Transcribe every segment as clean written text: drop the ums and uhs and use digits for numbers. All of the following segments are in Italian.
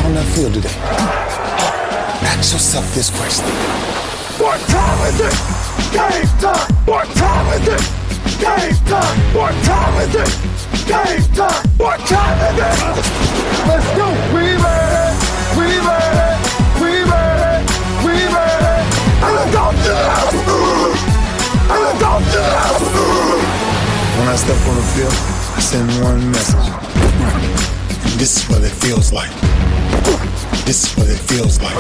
out on that field today. Ask yourself this question. What time is it? Game time! What time is it? Game time! What time is it? Game time! What time is it? Let's go! We made it! We made it! We made it! We made it! And don't do it! And don't do it! When I step on the field, I send one message. This is what it feels like. This is what it feels like.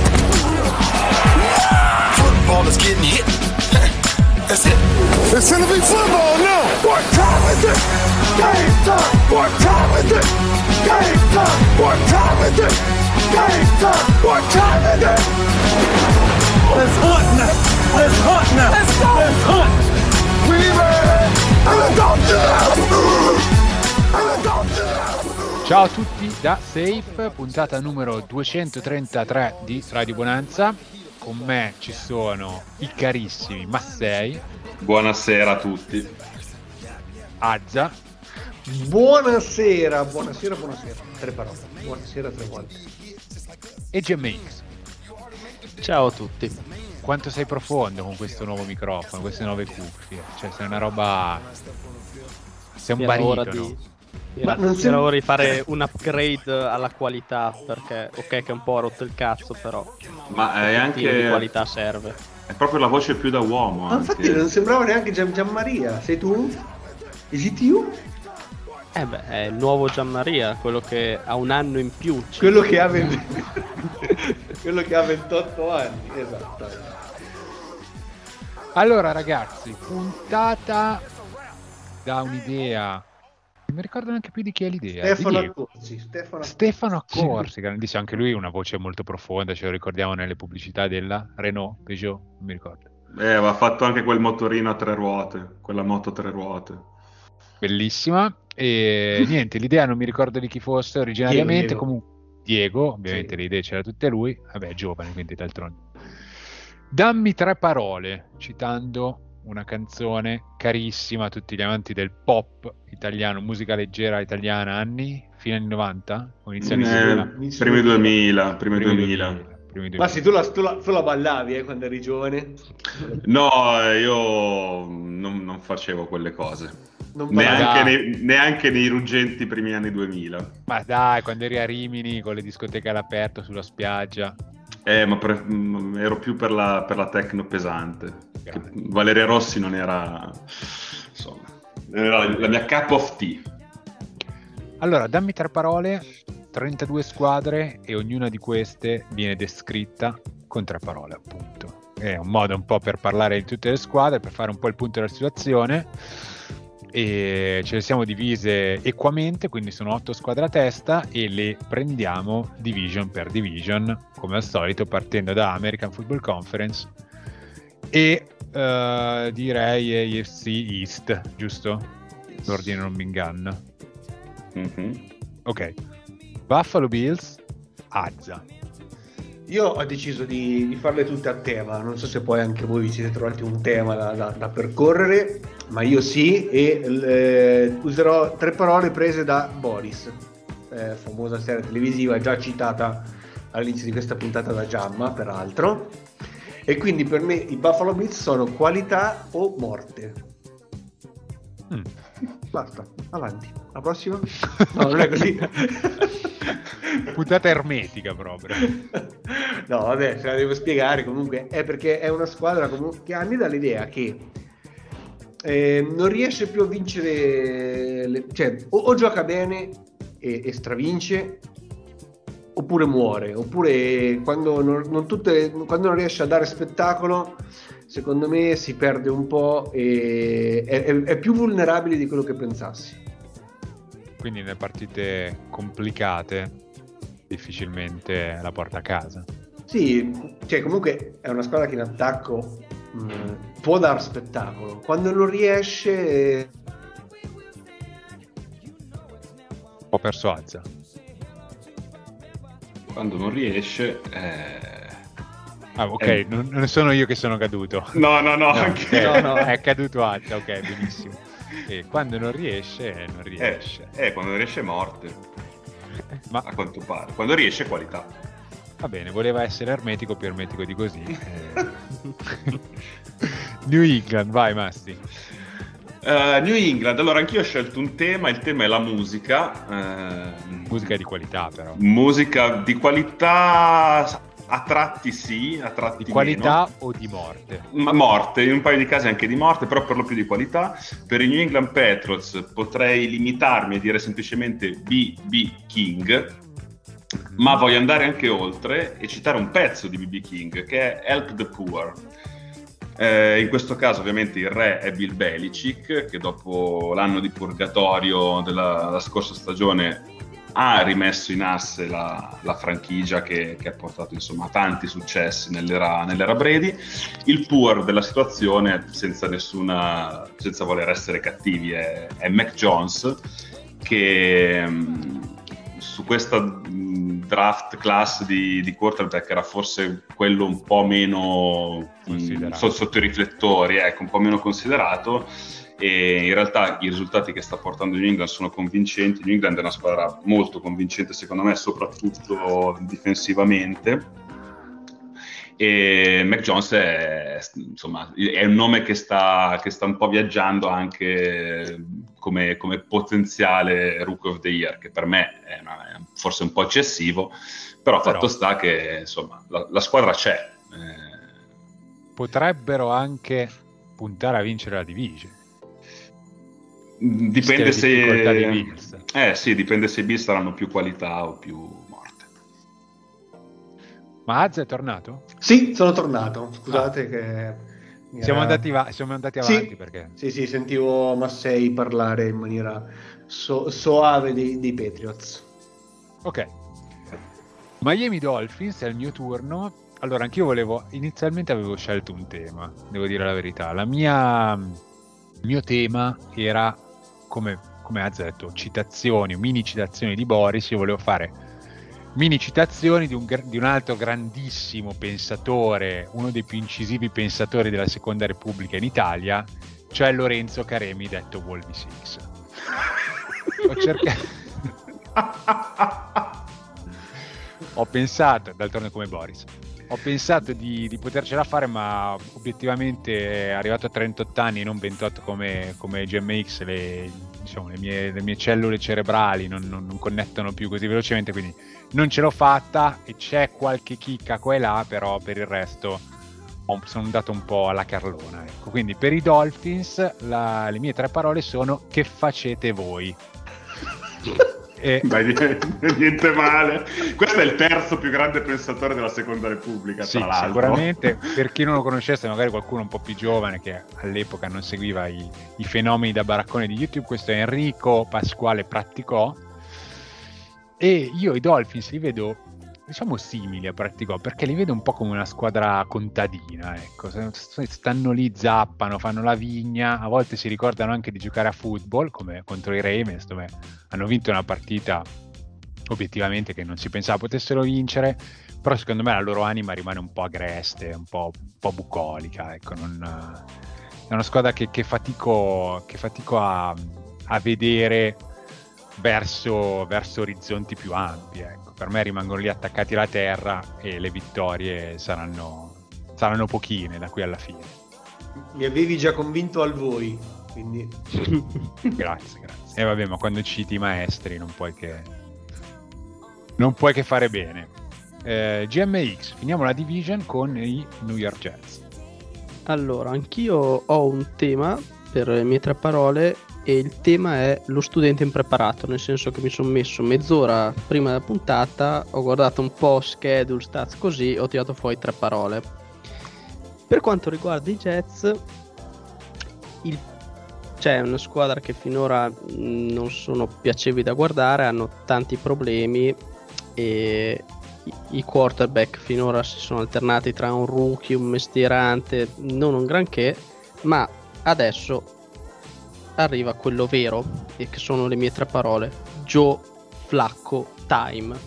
Football is getting hit. That's it. It's gonna be football now. What time is it? Game time. What time is it? Game time. What time is it? Game time. What time is it? It's hot now. It's hot now. Let's go. It's hot. We made it. And don't do it. And don't do it. Ciao a tutti da Safe, puntata numero 233 di Radio Bonanza. Con me ci sono i carissimi Massei. Buonasera a tutti. Azza. Buonasera. Tre parole. Buonasera tre volte. E GMX. Ciao a tutti. Quanto sei profondo con questo nuovo microfono, queste nuove cuffie. Cioè sei una roba... Sei un baritono. Era ora di fare un upgrade alla qualità, perché ok che un po' ha rotto il cazzo, però ma è anche di qualità serve. È proprio la voce più da uomo. Ma infatti non sembrava neanche Gianmaria. Sei tu? Is it you? È il nuovo Gianmaria, quello che ha un anno in più. Quello che ha 28 anni, esatto. Allora ragazzi, puntata da un'idea... Non mi ricordo neanche più di chi è l'idea. Stefano Accorsi, grandissimo, anche lui una voce molto profonda, ce lo ricordiamo nelle pubblicità della Renault, Peugeot, non mi ricordo. Aveva fatto anche quel motorino a 3 ruote, quella moto a 3 ruote. Bellissima. E niente, l'idea non mi ricordo di chi fosse originariamente, Diego. comunque Diego, ovviamente sì. Le idee c'era tutte lui, vabbè, giovane, quindi d'altronde. Dammi 3 parole, citando una canzone carissima a tutti gli amanti del pop italiano, musica leggera italiana, anni? Fine anni 90? O inizio anni 2000? Primi 2000. Ma sì, tu la ballavi quando eri giovane? No, io non facevo quelle cose. Neanche nei ruggenti primi anni 2000. Ma dai, quando eri a Rimini con le discoteche all'aperto sulla spiaggia. Ma ero più per la techno pesante. Valeria Rossi non era, insomma, era la mia cup of tea. Allora, dammi 3 parole, 32 squadre e ognuna di queste viene descritta con 3 parole, appunto. È un modo un po' per parlare di tutte le squadre, per fare un po' il punto della situazione, e ce le siamo divise equamente, quindi sono 8 squadre a testa e le prendiamo division per division, come al solito partendo da American Football Conference e direi AFC East, giusto? L'ordine non mi inganna. Mm-hmm. Ok, Buffalo Bills, Azza. Io ho deciso di farle tutte a tema, non so se poi anche voi vi siete trovati un tema da percorrere, ma io sì, e userò 3 parole prese da Boris, famosa serie televisiva già citata all'inizio di questa puntata da Giamma, peraltro, e quindi per me i Buffalo Bills sono qualità o morte. Basta, avanti. La prossima? No, non è così. Puntata ermetica proprio. No, vabbè, se la devo spiegare comunque è perché è una squadra che anni dall'idea che non riesce più a vincere, cioè o gioca bene e stravince, oppure muore, oppure quando non riesce a dare spettacolo, secondo me si perde un po' e è più vulnerabile di quello che pensassi. Quindi nelle partite complicate difficilmente la porta a casa. Sì, cioè comunque è una squadra che in attacco può dar spettacolo. Quando non riesce... Ho perso Azza. Quando non riesce... Ah, ok, non sono io che sono caduto. No, anche... Okay. No, è caduto Azza, ok, benissimo. E quando non riesce, non riesce. Quando non riesce è morte. Ma a quanto pare. Quando riesce, qualità. va bene, voleva essere ermetico, più ermetico di così. New England, vai Massi. New England, allora anch'io ho scelto un tema, il tema è la musica. Musica di qualità però. Musica di qualità, a tratti sì, a tratti Di qualità meno. o di morte? Morte, in un paio di casi anche di morte, però per lo più di qualità. Per i New England Patriots potrei limitarmi a dire semplicemente B.B. King, ma voglio andare anche oltre e citare un pezzo di B.B. King che è Help the Poor. In questo caso ovviamente il re è Bill Belichick, che dopo l'anno di purgatorio della scorsa stagione ha rimesso in asse la franchigia che ha portato insomma a tanti successi nell'era Brady. Il poor della situazione, senza voler essere cattivi, è Mac Jones, che su questa draft class di quarterback era forse quello un po' meno sotto i riflettori, ecco, un po' meno considerato, e in realtà i risultati che sta portando New England sono convincenti. New England è una squadra molto convincente secondo me, soprattutto difensivamente, e Mac Jones è un nome che sta un po' viaggiando anche come potenziale Rookie of the Year, che per me è forse un po' eccessivo, però fatto sta che insomma la squadra c'è. Potrebbero anche puntare a vincere la division. Dipende se Bills. Dipende se i Bills saranno più qualità o più morte. Ma Az è tornato? Sì, sono tornato. Scusate che siamo andati avanti sì, perché sì, sentivo Massei parlare in maniera soave dei Patriots. Ok. Miami Dolphins, è il mio turno. Allora, anch'io inizialmente avevo scelto un tema, devo dire la verità. Il mio tema era, come ha detto, mini citazioni di Boris. Io volevo fare mini citazioni di un altro grandissimo pensatore, uno dei più incisivi pensatori della Seconda Repubblica in Italia, cioè Lorenzo Caremi, detto Wolby Six. Ho cercato... Ho pensato, d'altronde come Boris, ho pensato di potercela fare, ma obiettivamente arrivato a 38 anni e non 28 come GMX, le mie cellule cerebrali non connettono più così velocemente, quindi non ce l'ho fatta, e c'è qualche chicca qua e là, però per il resto sono andato un po' alla carlona, ecco. Quindi per i Dolphins le mie 3 parole sono: che facete voi? Dai, niente male. Questo è il terzo più grande pensatore della Seconda Repubblica, sì, tra l'altro. Sicuramente. Per chi non lo conoscesse, magari qualcuno un po' più giovane che all'epoca non seguiva i fenomeni da baraccone di YouTube, questo è Enrico Pasquale Pratticò, e io i Dolphins li vedo, diciamo, simili a Pratticò, perché li vedo un po' come una squadra contadina, ecco. Stanno lì, zappano, fanno la vigna, a volte si ricordano anche di giocare a football, come contro i Ravens, dove hanno vinto una partita obiettivamente che non si pensava potessero vincere, però secondo me la loro anima rimane un po' agreste, un po' bucolica, ecco. È una squadra che fatico a vedere verso orizzonti più ampi, ecco. Per me rimangono lì attaccati alla terra e le vittorie saranno pochine da qui alla fine. Mi avevi già convinto al voi, quindi grazie. E vabbè, ma quando citi i maestri non puoi che fare bene. GMX, finiamo la division con i New York Jets. Allora, anch'io ho un tema per le mie 3 parole, e il tema è lo studente impreparato, nel senso che mi sono messo mezz'ora prima della puntata, ho guardato un po' schedule, stats, così ho tirato fuori 3 parole. Per quanto riguarda i Jets, c'è una squadra che finora non sono piacevoli da guardare, hanno tanti problemi, e i quarterback finora si sono alternati tra un rookie, un mestierante, non un granché, ma adesso arriva quello vero, e che sono le mie 3 parole: Joe Flacco time.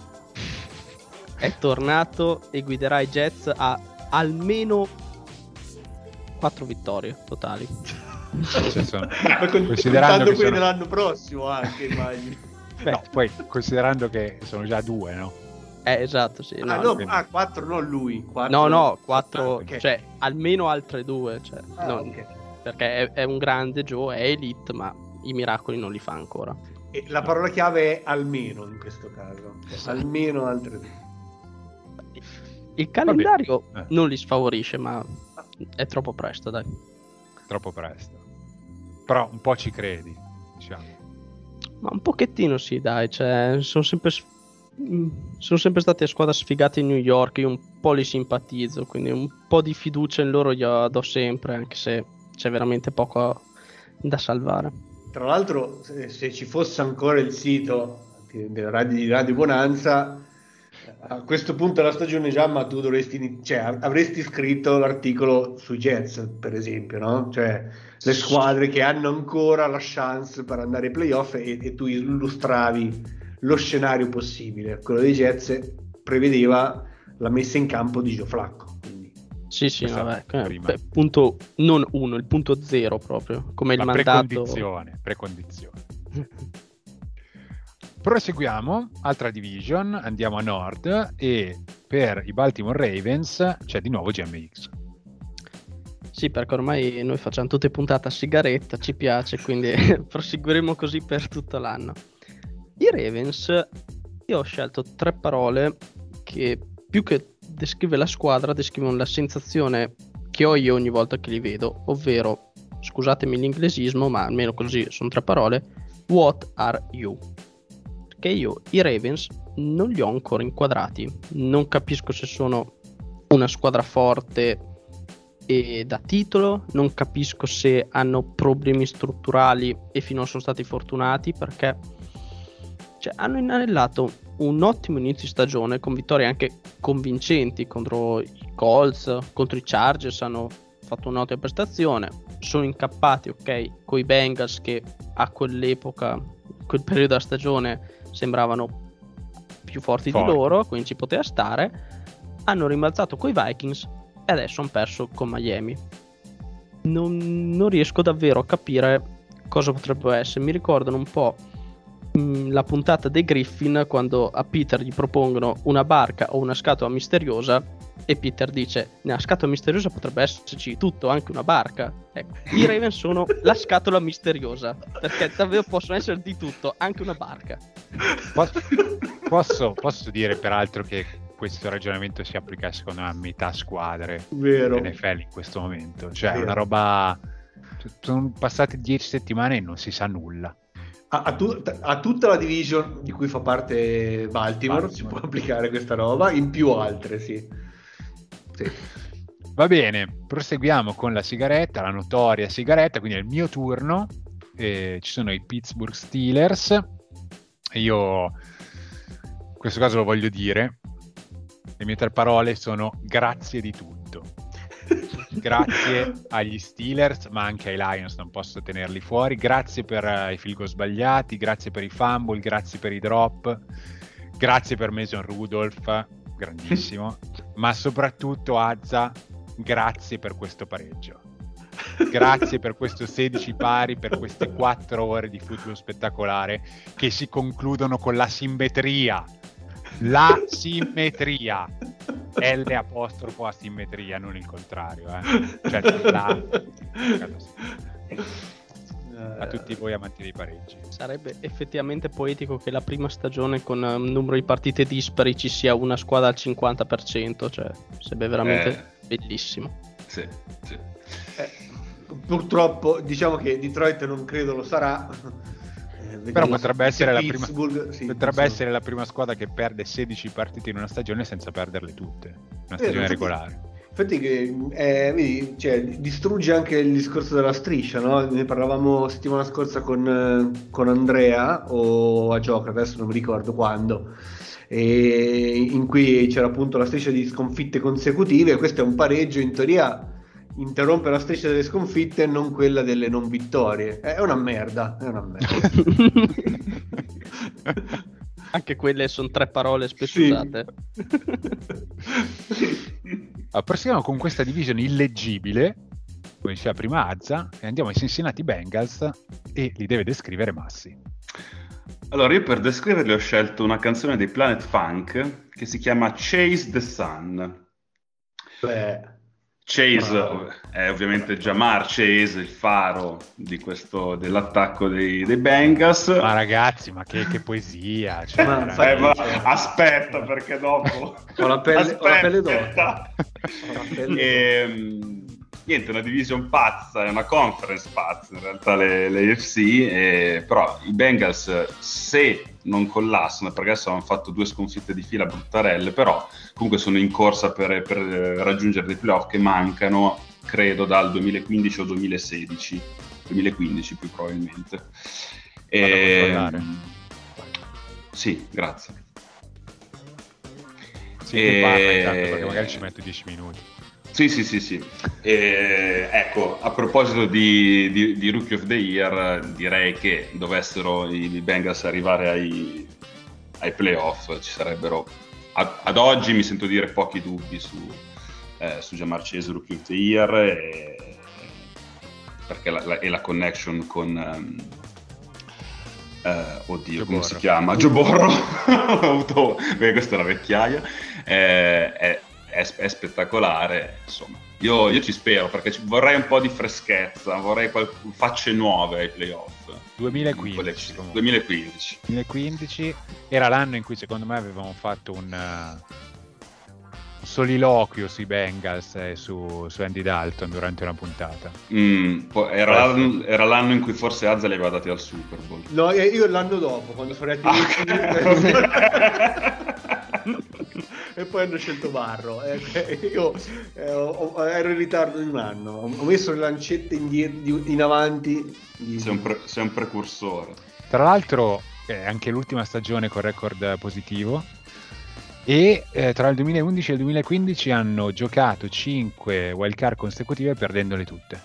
È tornato e guiderà i Jets a almeno 4 vittorie totali. considerando quelle dell'anno prossimo anche, immagino. No, poi considerando che sono già 2, no? Esatto, sì. No, 4 non lui. 4, no, 4, okay. cioè almeno altre 2, cioè, okay. Perché è un grande Joe, è elite, ma i miracoli non li fa ancora. E la parola chiave è almeno in questo caso. Esatto. Almeno altre 2. Il calendario non li sfavorisce, ma è troppo presto, dai. Troppo presto. Però un po' ci credi, diciamo. Ma un pochettino sì, dai, cioè, sono sempre stati a squadra sfigate in New York, io un po' li simpatizzo, quindi un po' di fiducia in loro gliela do sempre, anche se c'è veramente poco da salvare. Tra l'altro, se ci fosse ancora il sito di Radio Bonanza, a questo punto della stagione già, ma tu avresti scritto l'articolo sui Jets, per esempio, no? Cioè le squadre che hanno ancora la chance per andare ai playoff e tu illustravi lo scenario possibile. Quello dei Jets prevedeva la messa in campo di Joe Flacco. Quindi. Sì, vabbè, punto non 1, il punto 0 proprio, come il mandato. Precondizione. Proseguiamo, altra division, andiamo a nord e per i Baltimore Ravens c'è di nuovo GMX. Sì, perché ormai noi facciamo tutte puntate a sigaretta, ci piace, quindi proseguiremo così per tutto l'anno. I Ravens, io ho scelto 3 parole che più che descrive la squadra descrivono la sensazione che ho io ogni volta che li vedo, ovvero, scusatemi l'inglesismo, ma almeno così sono 3 parole: what are you? Che io i Ravens non li ho ancora inquadrati, non capisco se sono una squadra forte e da titolo, non capisco se hanno problemi strutturali e finora sono stati fortunati, perché hanno inanellato un ottimo inizio stagione con vittorie anche convincenti contro i Colts, contro i Chargers hanno fatto un'ottima prestazione, sono incappati coi Bengals che a quell'epoca, quel periodo della stagione sembravano più forti di loro, quindi ci poteva stare. Hanno rimbalzato coi Vikings e adesso hanno perso con Miami. Non riesco davvero a capire cosa potrebbe essere. Mi ricordano un po' la puntata dei Griffin, quando a Peter gli propongono una barca o una scatola misteriosa e Peter dice: nella scatola misteriosa potrebbe esserci tutto, anche una barca. Ecco, i Ravens sono la scatola misteriosa, perché davvero possono essere di tutto, anche una barca. Posso dire peraltro che questo ragionamento si applica secondo me a metà squadre NFL in questo momento, cioè è una roba, sono passate 10 settimane e non si sa nulla. A tutta la division di cui fa parte Baltimore si può applicare questa roba, in più altre, sì. Va bene, proseguiamo con la sigaretta, la notoria sigaretta, quindi è il mio turno. Ci sono i Pittsburgh Steelers. Io in questo caso lo voglio dire, le mie 3 parole sono grazie di tutto. Grazie agli Steelers, ma anche ai Lions, non posso tenerli fuori. Grazie per i field goal sbagliati, grazie per i fumble, grazie per i drop, grazie per Mason Rudolph, grandissimo, ma soprattutto Azza, grazie per questo pareggio. Grazie per questo 16 pari, per queste 4 ore di football spettacolare che si concludono con la simmetria. La simmetria. L apostrofo asimmetria, non il contrario, cioè a tutti voi amanti dei pareggi. Sarebbe effettivamente poetico che la prima stagione con un numero di partite dispari ci sia una squadra al 50%, cioè sarebbe veramente bellissimo. Sì. Purtroppo diciamo che Detroit non credo lo sarà. Però potrebbe essere essere la prima squadra che perde 16 partite in una stagione senza perderle tutte, una stagione regolare. Infatti vedi, distrugge anche il discorso della striscia, no? Ne parlavamo settimana scorsa con Andrea o a Gioca, adesso non mi ricordo quando, e in cui c'era appunto la striscia di sconfitte consecutive. Questo è un pareggio, in teoria interrompe la striscia delle sconfitte e non quella delle non vittorie. È una merda. Anche quelle sono 3 parole spesso usate. Proseguiamo con questa division illeggibile, come diceva prima Azza, e andiamo ai Cincinnati Bengals e li deve descrivere Massi. Allora, io per descriverli ho scelto una canzone dei Planet Funk che si chiama Chase the Sun. Beh, Chase bravo. è ovviamente Jamar Chase, il faro dell'attacco dei Bengals. Ma ragazzi, ma che poesia! Cioè, Ma veramente. infatti- Ma aspetta, perché dopo Ho la pelle Aspetta. Ho la pelle Niente, una division pazza, è una conference pazza in realtà le AFC, però i Bengals, se non collassano, perché adesso hanno fatto 2 sconfitte di fila bruttarelle, però comunque sono in corsa per raggiungere dei playoff che mancano, credo, dal 2015 o 2016. 2015 più probabilmente. Vado a controllare. Sì, grazie. Sì, tu parla intanto, perché magari ci metto 10 minuti. Sì. Ecco, a proposito di Rookie of the Year, direi che dovessero i Bengals arrivare ai playoff, ci sarebbero, ad oggi mi sento dire, pochi dubbi su Jamar Chase Rookie of the Year, perché la connection con oddio, Joe come Burrow. si chiama? Joe Burrow. Beh, questa è la vecchiaia. È spettacolare, insomma. Io ci spero, perché vorrei un po' di freschezza, vorrei facce nuove ai playoff. 2015 comunque. 2015. 2015 era l'anno in cui secondo me avevamo fatto un soliloquio sui Bengals e su Andy Dalton durante una puntata. Era l'anno in cui forse Azza li aveva dati al Super Bowl. No, io l'anno dopo, quando sono arrivati e poi hanno scelto Barro. Io ero in ritardo di un anno, ho messo le lancette in avanti. Sei un precursore. Tra l'altro anche l'ultima stagione con record positivo, e tra il 2011 e il 2015 hanno giocato 5 wildcard consecutive perdendole tutte.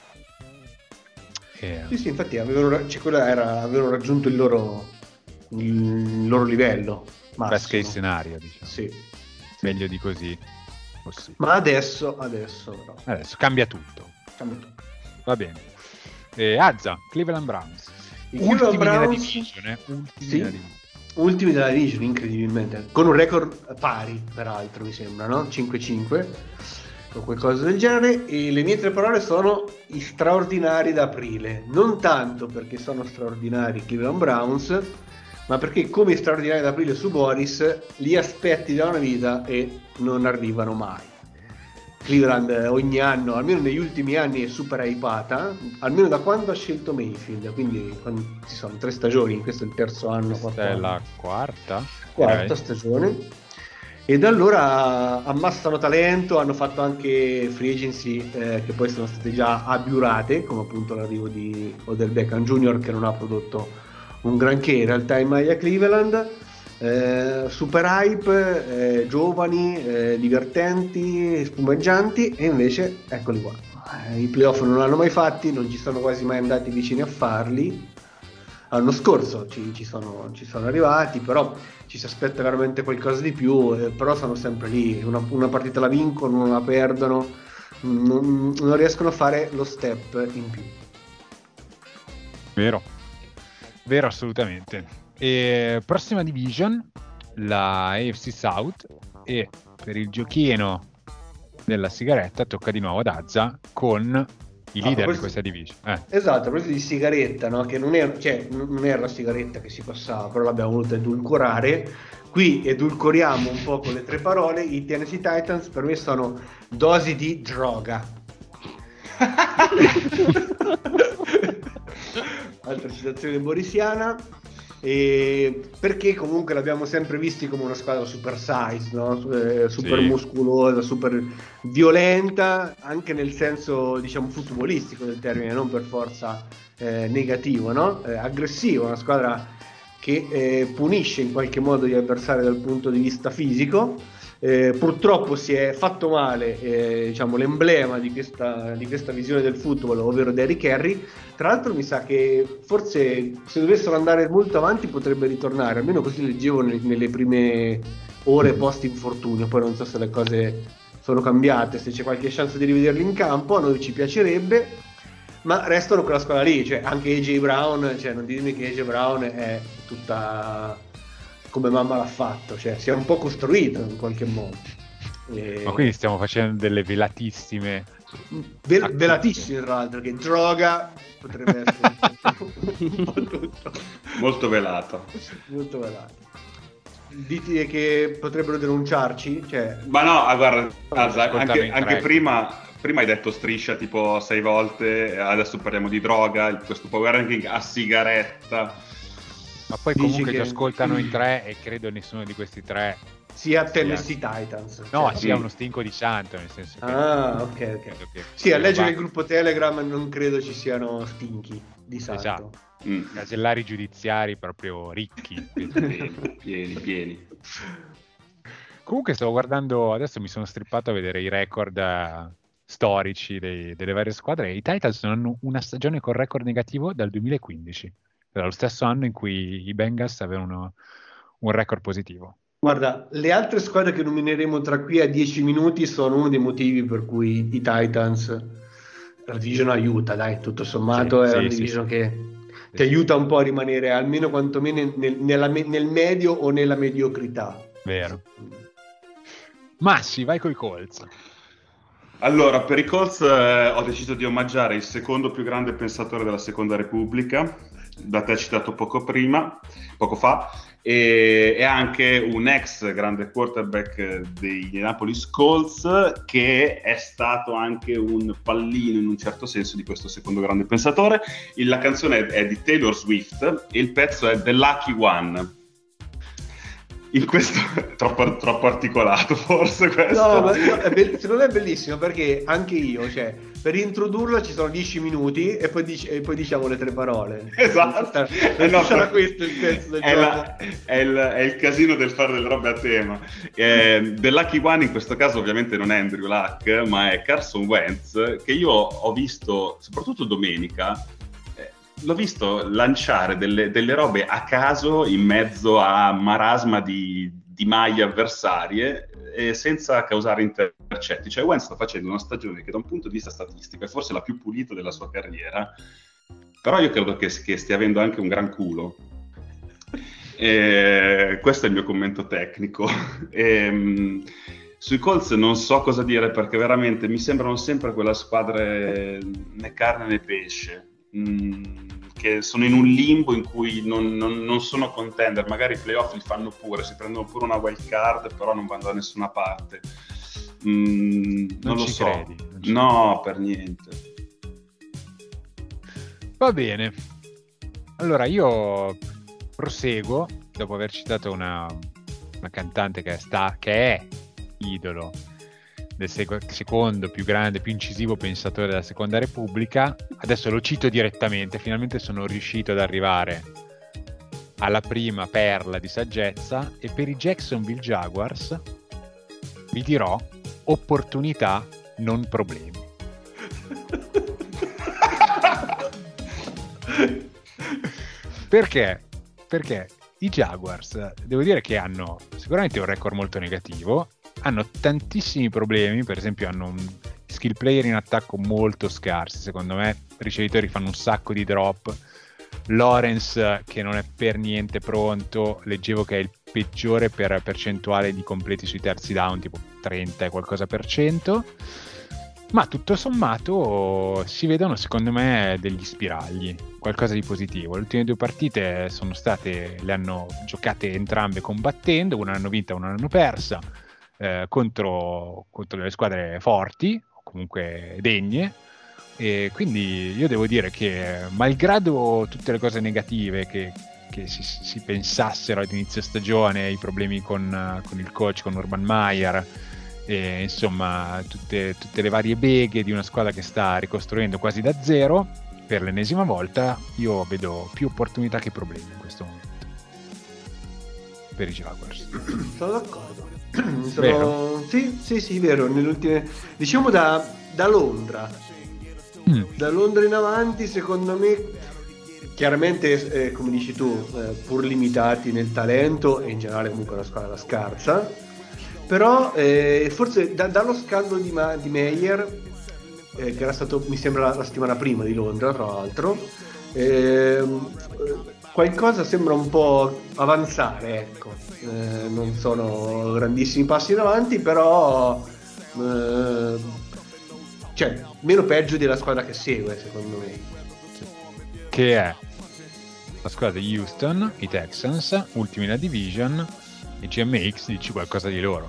Sì, infatti avevano raggiunto il loro livello massimo. Best case scenario, diciamo. Sì. Meglio di così possibile. Ma adesso però. Adesso cambia tutto. Va bene. Azza, Cleveland Browns. Cleveland Browns, ultimi della division, incredibilmente, con un record pari, peraltro, mi sembra, no? 5-5 o qualcosa del genere. E le mie 3 parole sono i straordinari d'aprile, non tanto perché sono straordinari Cleveland Browns, ma perché come straordinari d'aprile su Boris li aspetti da una vita e non arrivano mai. Cleveland ogni anno, almeno negli ultimi anni, è super hypata, almeno da quando ha scelto Mayfield, quindi ci sono 3 stagioni, questo è il terzo anno. Questa è la quarta stagione, e da allora ammassano talento, hanno fatto anche free agency che poi sono state già abiurate, come appunto l'arrivo di Odell Beckham Jr., che non ha prodotto un granché in realtà in maglia Cleveland. Super hype, giovani, divertenti, spumeggianti, e invece eccoli qua. I playoff non l'hanno mai fatti, non ci sono quasi mai andati vicini a farli. L'anno scorso ci sono arrivati, però ci si aspetta veramente qualcosa di più, però sono sempre lì, una partita la vincono, non la perdono, non riescono a fare lo step in più. Vero, assolutamente. E prossima division, la AFC South, e per il giochino della sigaretta tocca di nuovo ad Azza con i leader di questa division. Esatto, a proposito di sigaretta, no? Che non era la sigaretta che si passava, però l'abbiamo voluta edulcorare. Qui edulcoriamo un po' con le 3 parole. I Tennessee Titans per me sono dosi di droga. Altra citazione borisiana. Perché comunque l'abbiamo sempre visti come una squadra super size, no? Super muscolosa, super violenta, anche nel senso, diciamo, futbolistico del termine, non per forza negativo, no? Aggressiva, una squadra che punisce in qualche modo gli avversari dal punto di vista fisico. Purtroppo si è fatto male diciamo, l'emblema di questa visione del football, ovvero Derrick Henry. Tra l'altro mi sa che forse se dovessero andare molto avanti potrebbe ritornare, almeno così leggevo nelle prime ore post infortunio. Poi non so se le cose sono cambiate, se c'è qualche chance di rivederli in campo, a noi ci piacerebbe. ma restano quella squadra lì, cioè anche AJ Brown, cioè non ditemi che AJ Brown è tutta come mamma l'ha fatto, cioè si è un po' costruito in qualche modo. Ma quindi stiamo facendo delle velatissime velatissime, tra l'altro, che droga potrebbe essere un po' tutto. Molto velato. Molto velato. Dite che potrebbero denunciarci? Cioè... Ma no, guarda, anche prima hai detto striscia tipo 6 volte, adesso parliamo di droga, questo power ranking a sigaretta. Ma poi comunque ci ascoltano in 3 e credo nessuno di questi 3 sia Tennessee Titans. No, cioè, sia uno stinco di santo, nel senso che... ok. Che sì, a leggere il gruppo Telegram non credo ci siano stinchi di santo. Esatto. Casellari giudiziari proprio ricchi. pieni. Comunque stavo guardando, adesso mi sono strippato a vedere i record storici delle varie squadre e i Titans hanno una stagione con record negativo dal 2015. Era lo stesso anno in cui i Bengals avevano un record positivo. Guarda, le altre squadre che nomineremo tra qui a 10 minuti sono uno dei motivi per cui i Titans, la division aiuta, dai, tutto sommato è una division che ti aiuta un po' a rimanere almeno quantomeno nel medio o nella mediocrità. Vero. Massi, vai coi Colts. Allora, per i Colts ho deciso di omaggiare il secondo più grande pensatore della Seconda Repubblica, da te citato poco fa, e anche un ex grande quarterback dei Indianapolis Colts, che è stato anche un pallino in un certo senso di questo secondo grande pensatore. La canzone è di Taylor Swift e il pezzo è The Lucky One. In questo troppo articolato forse questo. No, ma secondo me è bellissimo, perché anche io, cioè, per introdurla ci sono 10 minuti e poi diciamo le 3 parole. Esatto. Sarà questo il pezzo del gioco. È il casino del fare delle robe a tema. The Lucky One in questo caso ovviamente non è Andrew Luck, ma è Carson Wentz, che io ho visto soprattutto domenica. L'ho visto lanciare delle robe a caso in mezzo a marasma di maglie avversarie e senza causare intercetti. Cioè Wentz sta facendo una stagione che da un punto di vista statistico è forse la più pulita della sua carriera, però io credo che stia avendo anche un gran culo. Questo è il mio commento tecnico. Sui Colts non so cosa dire, perché veramente mi sembrano sempre quella squadra né carne né pesce, che sono in un limbo in cui non sono contender. Magari i playoff li fanno pure, si prendono pure una wild card, però non vanno da nessuna parte. Non lo so. Credi? No, per niente. Va bene. Allora io proseguo dopo aver citato una cantante che è idolo del secondo più grande, più incisivo pensatore della Seconda Repubblica. Adesso lo cito direttamente, finalmente sono riuscito ad arrivare alla prima perla di saggezza, e per i Jacksonville Jaguars vi dirò opportunità, non problemi. Perché? Perché i Jaguars, devo dire che hanno sicuramente un record molto negativo, hanno tantissimi problemi, per esempio hanno un skill player in attacco molto scarsi, secondo me i ricevitori fanno un sacco di drop, Lawrence che non è per niente pronto, leggevo che è il peggiore per percentuale di completi sui terzi down, tipo 30 e qualcosa per cento, ma tutto sommato si vedono secondo me degli spiragli, qualcosa di positivo. Le ultime 2 partite le hanno giocate entrambe combattendo, una l'hanno vinta, una l'hanno persa, contro delle squadre forti o comunque degne, e quindi io devo dire che malgrado tutte le cose negative che si pensassero ad inizio stagione, i problemi con il coach, con Urban Meyer, e insomma tutte le varie beghe di una squadra che sta ricostruendo quasi da zero per l'ennesima volta, io vedo più opportunità che problemi in questo momento per i Jaguars. Sono d'accordo. Vero? Sì, vero. Nelle ultime, diciamo da Londra, da Londra in avanti, secondo me, chiaramente, come dici tu, pur limitati nel talento e in generale comunque una squadra scarsa, però forse dallo scandalo di Meyer che era stato, mi sembra, la settimana prima di Londra, tra l'altro. Qualcosa sembra un po' avanzare, ecco. Non sono grandissimi passi in avanti, però cioè meno peggio della squadra che segue, secondo me, che è la squadra di Houston, i Texans, ultimi nella division. E GMX, dici qualcosa di loro?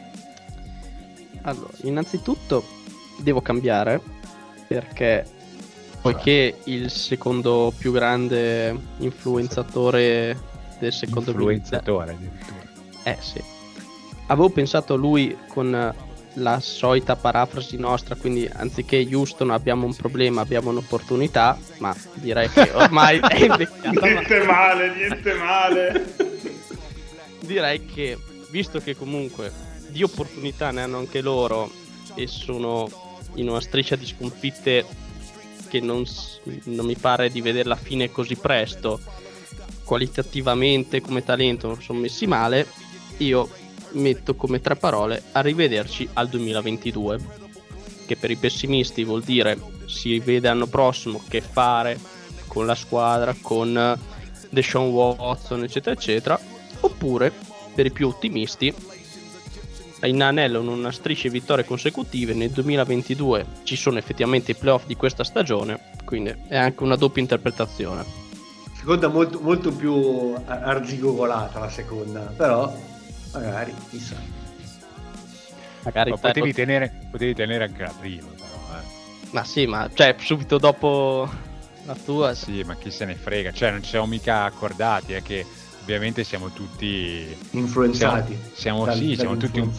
Allora, innanzitutto devo cambiare, perché poiché il secondo più grande influenzatore del secondo influenzatore addirittura. Sì, avevo pensato a lui con la solita parafrasi nostra, quindi anziché Houston abbiamo un problema, abbiamo un'opportunità, ma direi che ormai è invecchiato. Niente male. Direi che, visto che comunque di opportunità ne hanno anche loro e sono in una striscia di sconfitte che non mi pare di vedere la fine così presto, qualitativamente come talento non sono messi male, io metto come 3 parole: arrivederci al 2022, che per i pessimisti vuol dire si vede l'anno prossimo che fare con la squadra, con Deshaun Watson eccetera eccetera, oppure per i più ottimisti inanellano una striscia di vittorie consecutive. Nel 2022 ci sono effettivamente i playoff di questa stagione, quindi è anche una doppia interpretazione. Seconda molto più arzigogolata la seconda, però magari chissà. Magari ma potevi tenere anche la prima, però. Ma sì, ma cioè subito dopo la tua. Sì, ma chi se ne frega, cioè non ci siamo mica accordati, è che ovviamente siamo tutti influenzati. Siamo tutti un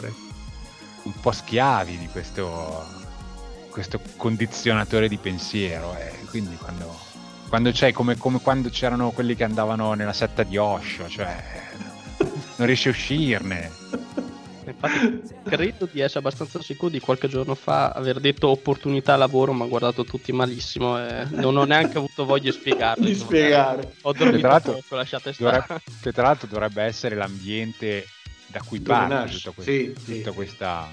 po' schiavi di questo condizionatore di pensiero, quindi quando c'è come quando c'erano quelli che andavano nella setta di Osho, cioè non riesci a uscirne. Infatti credo di essere abbastanza sicuro di qualche giorno fa aver detto opportunità lavoro, ma guardato tutti malissimo e non ho neanche avuto voglia di spiegarlo. Ho dormito poco, lasciate stare. Che tra l'altro dovrebbe essere l'ambiente da cui parte tutta questa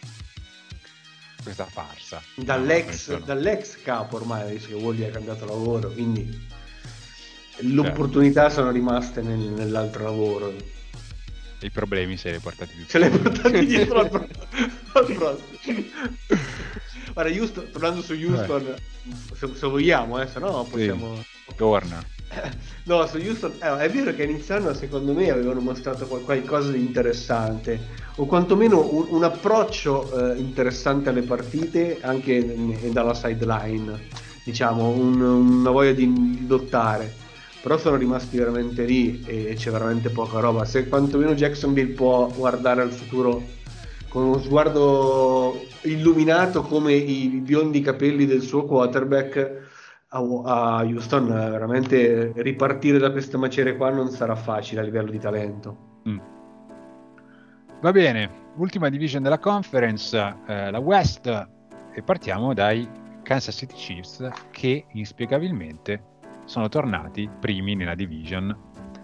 farsa. Dall'ex capo ormai, visto che Wally ha cambiato lavoro, quindi l'opportunità sono rimaste nell'altro lavoro. I problemi se li hai portati tutti. Se li hai portati dietro al prossimo. Guarda, Houston, tornando su Houston, se vogliamo, se no possiamo... Sì, torna. No, su Houston è vero che iniziando secondo me avevano mostrato qualcosa di interessante, o quantomeno un approccio interessante alle partite, anche dalla sideline, diciamo, una voglia di lottare. Però sono rimasti veramente lì e c'è veramente poca roba. Se quantomeno Jacksonville può guardare al futuro con uno sguardo illuminato come i biondi capelli del suo quarterback, a Houston veramente ripartire da queste macerie qua non sarà facile a livello di talento. Va bene, ultima division della conference, la West, e partiamo dai Kansas City Chiefs, che inspiegabilmente sono tornati primi nella division.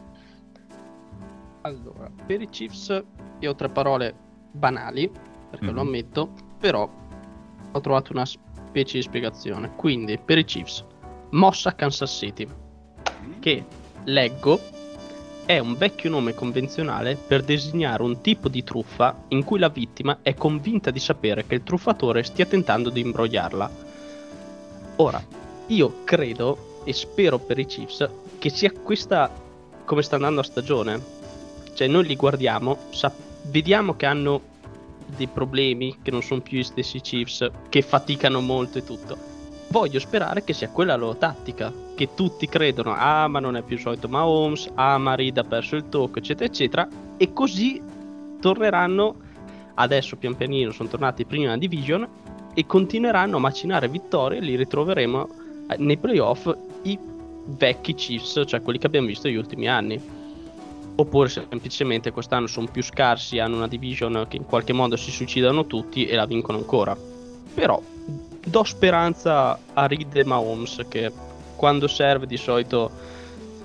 Allora, per i Chiefs io ho 3 parole banali, perché lo ammetto, però ho trovato una specie di spiegazione. Quindi per i Chiefs, mossa Kansas City, che leggo è un vecchio nome convenzionale per designare un tipo di truffa in cui la vittima è convinta di sapere che il truffatore stia tentando di imbrogliarla. Ora, io credo e spero per i Chiefs che sia questa come sta andando a stagione. Cioè noi li guardiamo, vediamo che hanno dei problemi, che non sono più gli stessi Chiefs, che faticano molto e tutto. Voglio sperare che sia quella la loro tattica, che tutti credono ma non è più il solito Mahomes, ma Reed ha perso il tocco eccetera eccetera, e così torneranno. Adesso pian pianino sono tornati prima nella division e continueranno a macinare vittorie, li ritroveremo nei playoff i vecchi Chiefs, cioè quelli che abbiamo visto negli ultimi anni. Oppure semplicemente quest'anno sono più scarsi, hanno una division che in qualche modo si suicidano tutti e la vincono ancora. Però do speranza a Reed e Mahomes, che quando serve di solito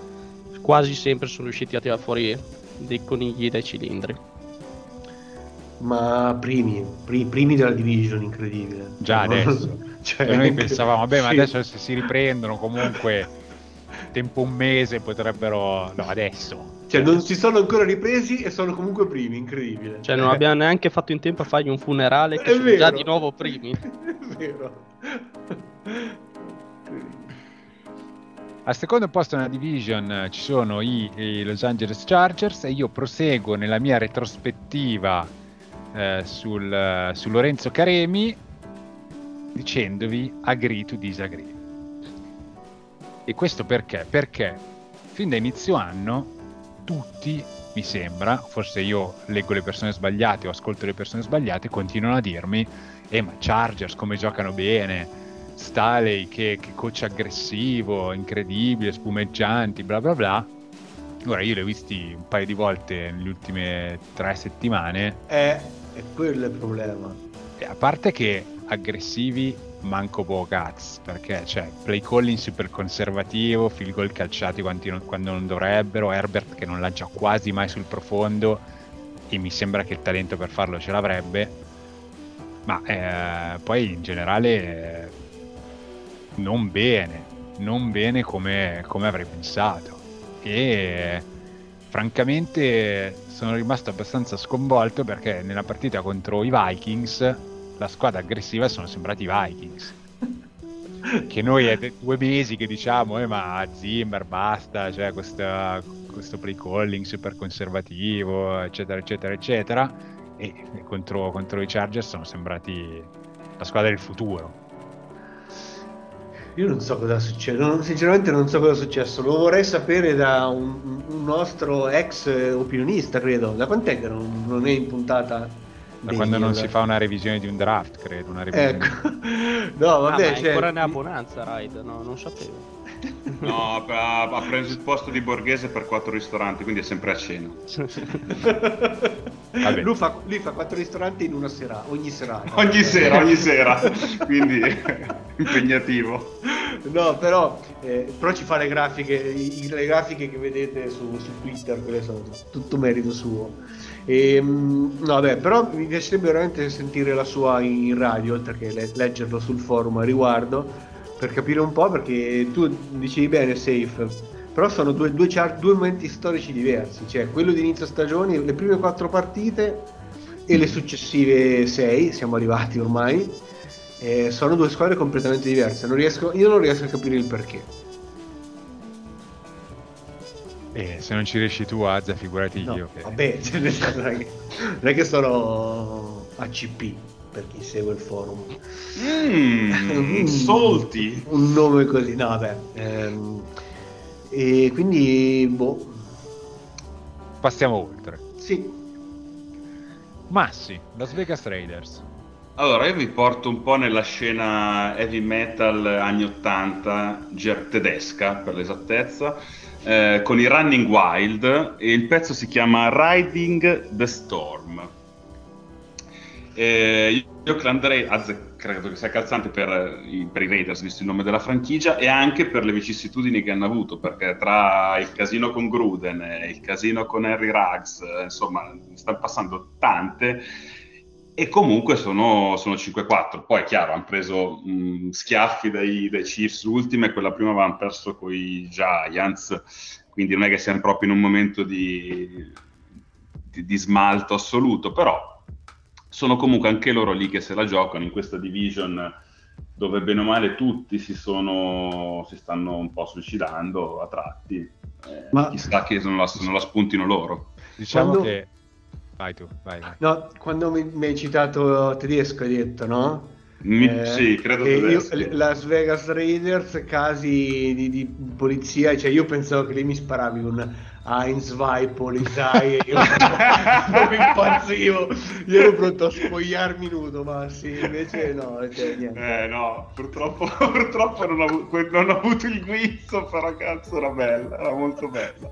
quasi sempre sono riusciti a tirare fuori dei conigli dai cilindri. ma primi della division, incredibile. Già adesso. Cioè, E noi pensavamo, vabbè, ma sì. adesso se si riprendono comunque tempo un mese potrebbero... No, adesso. Cioè, non si sono ancora ripresi e sono comunque primi, incredibile. Cioè, non abbiamo neanche fatto in tempo a fargli un funerale che È sono vero. già di nuovo primi. È vero. Al secondo posto nella division ci sono i Los Angeles Chargers e io proseguo nella mia retrospettiva su Lorenzo Caremi dicendovi agree to disagree. E questo perché? Perché fin da inizio anno tutti, mi sembra, forse io leggo le persone sbagliate o ascolto le persone sbagliate, continuano a dirmi ma Chargers come giocano bene, Staley che coach aggressivo, incredibile, spumeggianti, bla bla bla. Ora io li ho visti un paio di volte nelle ultime 3 settimane. È quello il problema. E a parte che aggressivi manco Bogats, perché c'è play calling super conservativo, field goal calciati quando non dovrebbero, Herbert che non lancia quasi mai sul profondo e mi sembra che il talento per farlo ce l'avrebbe, ma poi in generale non bene come avrei pensato, e francamente sono rimasto abbastanza sconvolto perché nella partita contro i Vikings la squadra aggressiva sono sembrati i Vikings, che noi è 2 mesi che diciamo ma Zimmer basta, cioè questo play calling super conservativo eccetera eccetera eccetera, e contro i Chargers sono sembrati la squadra del futuro. Io non so cosa succede, sinceramente non so cosa è successo, lo vorrei sapere da un nostro ex opinionista, credo. Da quant'è che non è in puntata? Da quando non si fa una revisione di un draft, credo. Una revisione. Ecco. No, vabbè, ma ancora ne ha Bonanza Ride, no, non sapevo. No, ha preso il posto di Borghese per 4 ristoranti, quindi è sempre a cena. Vabbè. Lui fa 4 ristoranti in una sera, ogni serata. Ogni sera, quindi impegnativo. No, però ci fa le grafiche, le grafiche che vedete su Twitter, quelle sono tutto merito suo. No, vabbè, però mi piacerebbe veramente sentire la sua in radio, oltre che leggerlo sul forum a riguardo, per capire un po', perché tu dicevi bene Safe, però sono due momenti storici diversi, cioè quello di inizio stagione, le prime 4 partite e le successive 6, siamo arrivati ormai, sono 2 squadre completamente diverse, io non riesco a capire il perché. Se non ci riesci tu, Azza, figurati No, io. vabbè, non è che sono ACP, per chi segue il forum. Solti. Un nome così, no vabbè. E quindi, boh. Passiamo oltre. Sì. Massi, Las Vegas Raiders. Allora, io vi porto un po' nella scena heavy metal anni 80, tedesca per l'esattezza, con i Running Wild, e il pezzo si chiama Riding the Storm. Io clanderei, credo che sia calzante per i Raiders, visto il nome della franchigia, e anche per le vicissitudini che hanno avuto, perché tra il casino con Gruden e il casino con Henry Ruggs, insomma, stanno passando tante, e comunque sono 5-4. Poi è chiaro, hanno preso schiaffi dai Chiefs, l'ultima, e quella prima avevano perso con i Giants, quindi non è che siamo proprio in un momento di smalto assoluto, però sono comunque anche loro lì che se la giocano in questa division dove bene o male tutti si stanno un po' suicidando a tratti, ma chissà che non la spuntino loro. Diciamo che vai tu, vai. No, quando mi hai citato tedesco hai detto, no? Sì, credo tedesco. Las Vegas Raiders, casi di polizia, cioè io pensavo che lì mi sparavi un Heinz Zwei Polizei e io proprio impazzivo, io ero pronto a spogliarmi nudo, ma sì, invece no, niente. No, purtroppo non ho avuto il guizzo, però cazzo era molto bella.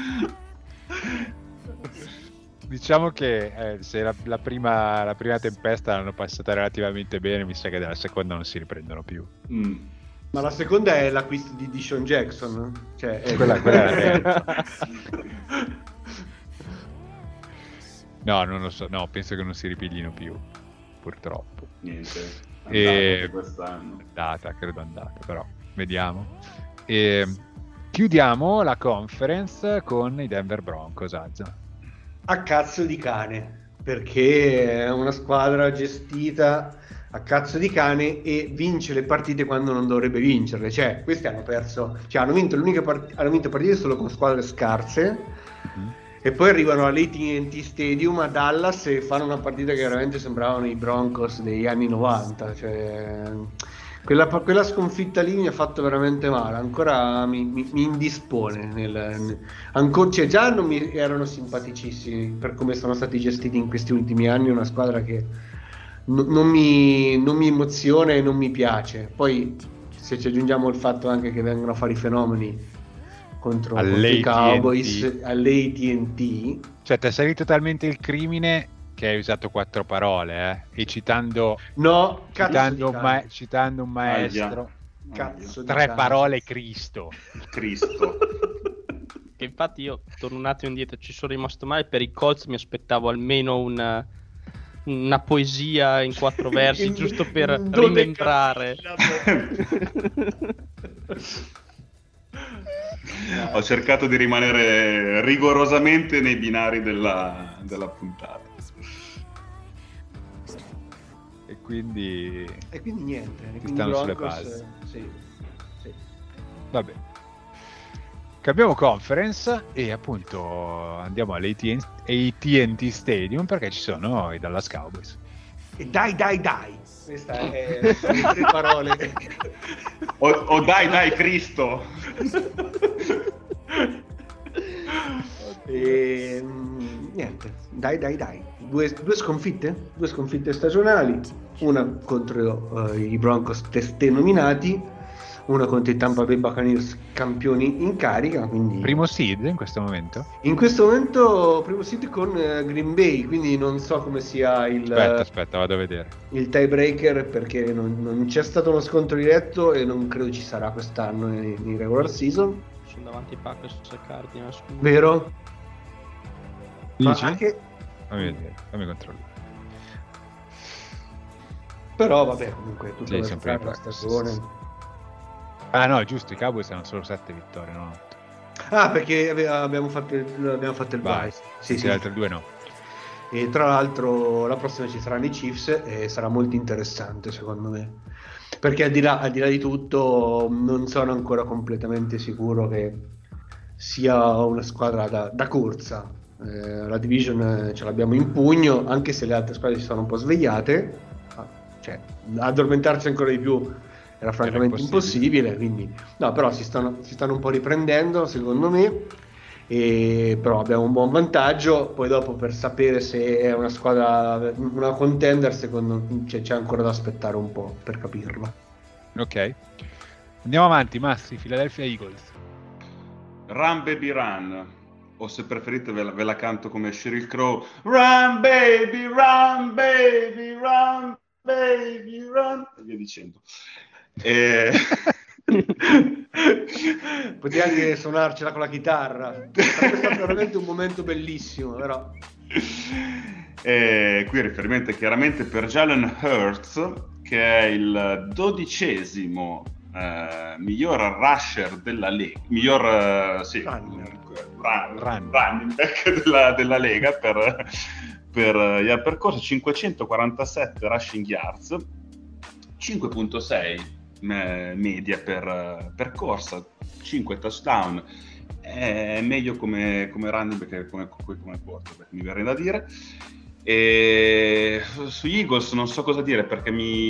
Diciamo che se la prima tempesta l'hanno passata relativamente bene, mi sa che dalla seconda non si riprendono più. Ma la seconda è l'acquisto di Sean Jackson, cioè quella è la No, non lo so, no, penso che non si ripiglino più, purtroppo. Niente, E... quest'anno. Credo andata, però vediamo. E... Chiudiamo la conference con i Denver Broncos, Azza. A cazzo di cane, perché è una squadra gestita a cazzo di cane e vince le partite quando non dovrebbe vincerle. Cioè, questi hanno perso, cioè hanno vinto hanno vinto partite solo con squadre scarse. E poi arrivano all'AT&T Stadium a Dallas e fanno una partita che veramente sembravano i Broncos degli anni 90. Cioè, quella sconfitta lì mi ha fatto veramente male. Ancora mi indispone. Cioè, già non mi erano simpaticissimi per come sono stati gestiti in questi ultimi anni. Una squadra che non mi emoziona e non mi piace. Poi, se ci aggiungiamo il fatto anche che vengono a fare i fenomeni contro i Cowboys all'AT&T, cioè ti è salito talmente il crimine che hai usato 4 parole, e citando citando un maestro, cazzo 3 parole Cristo. Che infatti io torno un attimo indietro, ci sono rimasto male. Per i Colts mi aspettavo almeno una poesia in 4 versi giusto per rimembrare. Ho cercato di rimanere rigorosamente nei binari della puntata. E quindi niente, stanno sulle palle. Sì. Vabbè. Cambiamo conference e appunto andiamo all'AT&T Stadium perché ci sono i Dallas Cowboys. E dai. Questa è le 3 parole. O dai Cristo. E niente, dai. Due sconfitte stagionali, una contro i Broncos testé nominati, una contro i Tampa Bay Buccaneers campioni in carica, quindi primo seed in questo momento? In questo momento primo seed con Green Bay, quindi non so come sia aspetta, vado a vedere il tiebreaker, perché non c'è stato uno scontro diretto e non credo ci sarà quest'anno in regular season. Sono davanti ai Packers e Cardinals, vero? Dici? Ma anche... fammi controllare. Però vabbè, comunque tutto sempre la stagione. Ah no, giusto, i Cowboys hanno solo 7 vittorie, no? Ah, perché abbiamo fatto il bye. Sì, le altre 2 no. E tra l'altro la prossima ci saranno i Chiefs e sarà molto interessante secondo me, perché al di là di tutto non sono ancora completamente sicuro che sia una squadra da corsa. La division ce l'abbiamo in pugno, anche se le altre squadre si sono un po' svegliate, cioè addormentarsi ancora di più era francamente impossibile, quindi no, però si stanno un po' riprendendo secondo me, però abbiamo un buon vantaggio. Poi dopo, per sapere se è una squadra, una contender, secondo me c'è ancora da aspettare un po' per capirlo. Ok, andiamo avanti. Massi, Philadelphia Eagles. Run baby run, o se preferite ve la canto come Sheryl Crow, run baby run baby run baby run, e via dicendo. Potevi anche suonarcela con la chitarra, sarebbe stato veramente un momento bellissimo, però. Qui il riferimento è chiaramente per Jalen Hurts, che è il 12° miglior rusher della Lega, running back della Lega per yard percorso, 547 rushing yards, 5.6 media per corsa, 5 touchdown. È meglio come running back che come quarterback, mi verrebbe da dire. E su Eagles non so cosa dire, perché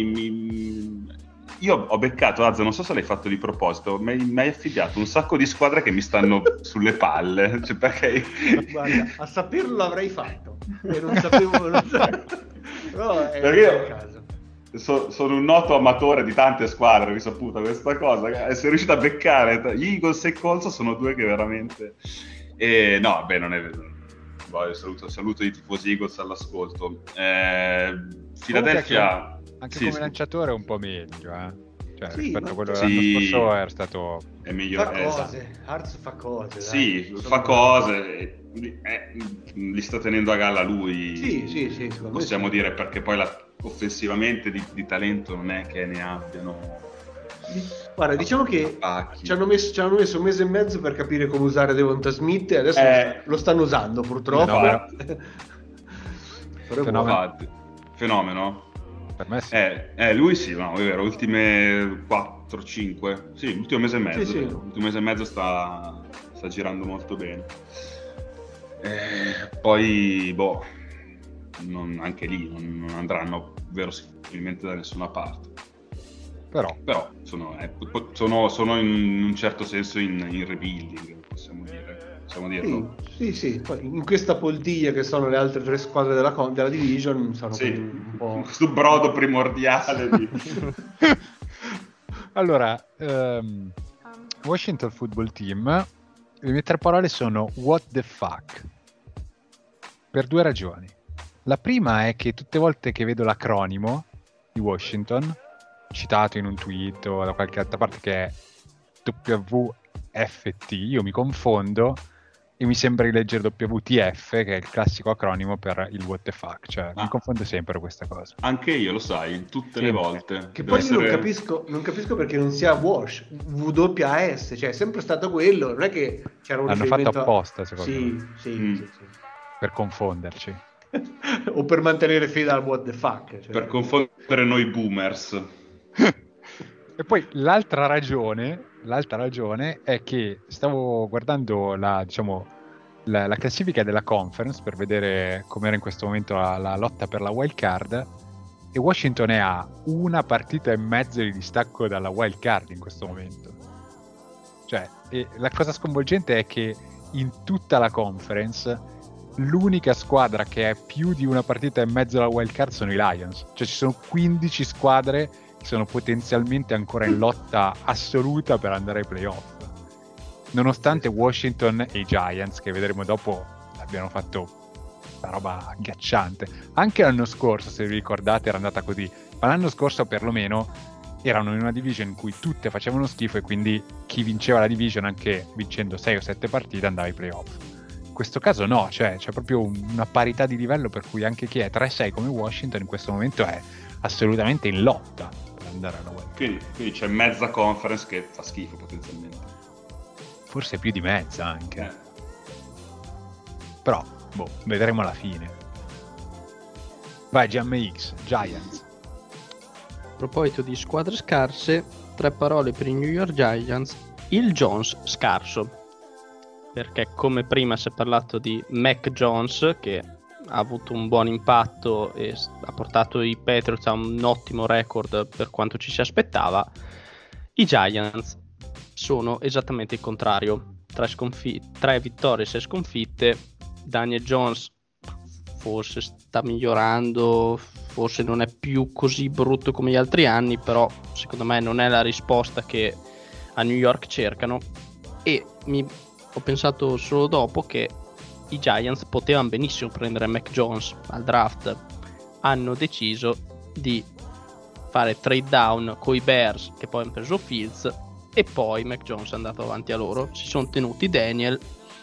io ho beccato, Azza, non so se l'hai fatto di proposito, mi hai affiliato un sacco di squadre che mi stanno sulle palle, cioè, perché guarda, a saperlo l'avrei fatto e non sapevo però è perché un caso. Sono un noto amatore di tante squadre, ho risaputo questa cosa, e sei riuscito a beccare gli Eagles e Colts, sono due che veramente no, beh, non è vero. Saluto i tifosi Eagles all'ascolto. Philadelphia anche come lanciatore è un po' meglio, Cioè, Sì, rispetto a quello sì. dell'anno scorso era stato... È meglio. Fa cose, Harz fa cose. Sì, dai. fa cose, li sta tenendo a galla lui. Sì, secondo me possiamo sì. dire, perché poi offensivamente di talento non è che ne abbiano. Guarda, diciamo che Pacchi. ci hanno messo un mese e mezzo per capire come usare Devonta Smith e adesso lo stanno usando purtroppo. No, Però è Fenomeno. buono. Fenomeno. Per me sì. Lui sì, no, è vero, ultime 4-5, sì, l'ultimo mese e mezzo, Sì. l'ultimo mese e mezzo sta girando molto bene. Poi, anche lì non andranno verosimilmente da nessuna parte. Però Sono in un certo senso in rebuilding, possiamo dirlo. Sì. Poi in questa poltiglia che sono le altre 3 squadre della division sono Sì, un po'... questo brodo primordiale di... allora, Washington Football Team, le mie 3 parole sono what the fuck, per 2 ragioni. La prima è che tutte le volte che vedo l'acronimo di Washington, citato in un tweet o da qualche altra parte, che è WFT, io mi confondo e mi sembra di leggere WTF, che è il classico acronimo per il what the fuck, cioè mi confondo sempre questa cosa. Anche io lo sai, tutte le volte. Che Deve poi io essere- non capisco perché non sia Wash, WAS, cioè è sempre stato quello, non è che c'era un L'hanno fatto riferimento apposta, secondo me, Sì. per confonderci. O per mantenere fede al what the fuck. Cioè. Per confondere noi boomers. E poi l'altra ragione è che stavo guardando la classifica della conference per vedere com'era in questo momento la lotta per la wild card, e Washington è a 1 partita e mezzo di distacco dalla wild card in questo momento. Cioè, e la cosa sconvolgente è che in tutta la conference l'unica squadra che è più di 1 partita e mezzo dalla wild card sono i Lions. Cioè ci sono 15 squadre che sono potenzialmente ancora in lotta assoluta per andare ai playoff, nonostante Washington e i Giants, che vedremo dopo, abbiano fatto una roba agghiacciante. Anche l'anno scorso, se vi ricordate, era andata così, ma l'anno scorso perlomeno erano in una division in cui tutte facevano schifo e quindi chi vinceva la division, anche vincendo 6 o 7 partite, andava ai playoff. In questo caso no, cioè c'è proprio una parità di livello per cui anche chi è 3-6 come Washington in questo momento è assolutamente in lotta per andare alla wild. Quindi c'è mezza conference che fa schifo potenzialmente. Forse più di mezza anche. Però, vedremo alla fine. Vai GMX, Giants. A proposito di squadre scarse, 3 parole per i New York Giants: il Jones scarso. Perché come prima si è parlato di Mac Jones, che ha avuto un buon impatto e ha portato i Patriots a un ottimo record per quanto ci si aspettava, i Giants sono esattamente il contrario. 3 vittorie, 6 sconfitte. Daniel Jones forse sta migliorando, forse non è più così brutto come gli altri anni, però secondo me non è la risposta che a New York cercano, e ho pensato solo dopo che i Giants potevano benissimo prendere Mac Jones al draft. Hanno deciso di fare trade down coi Bears, che poi hanno preso Fields, e poi Mac Jones è andato avanti a loro. Si sono tenuti Daniel.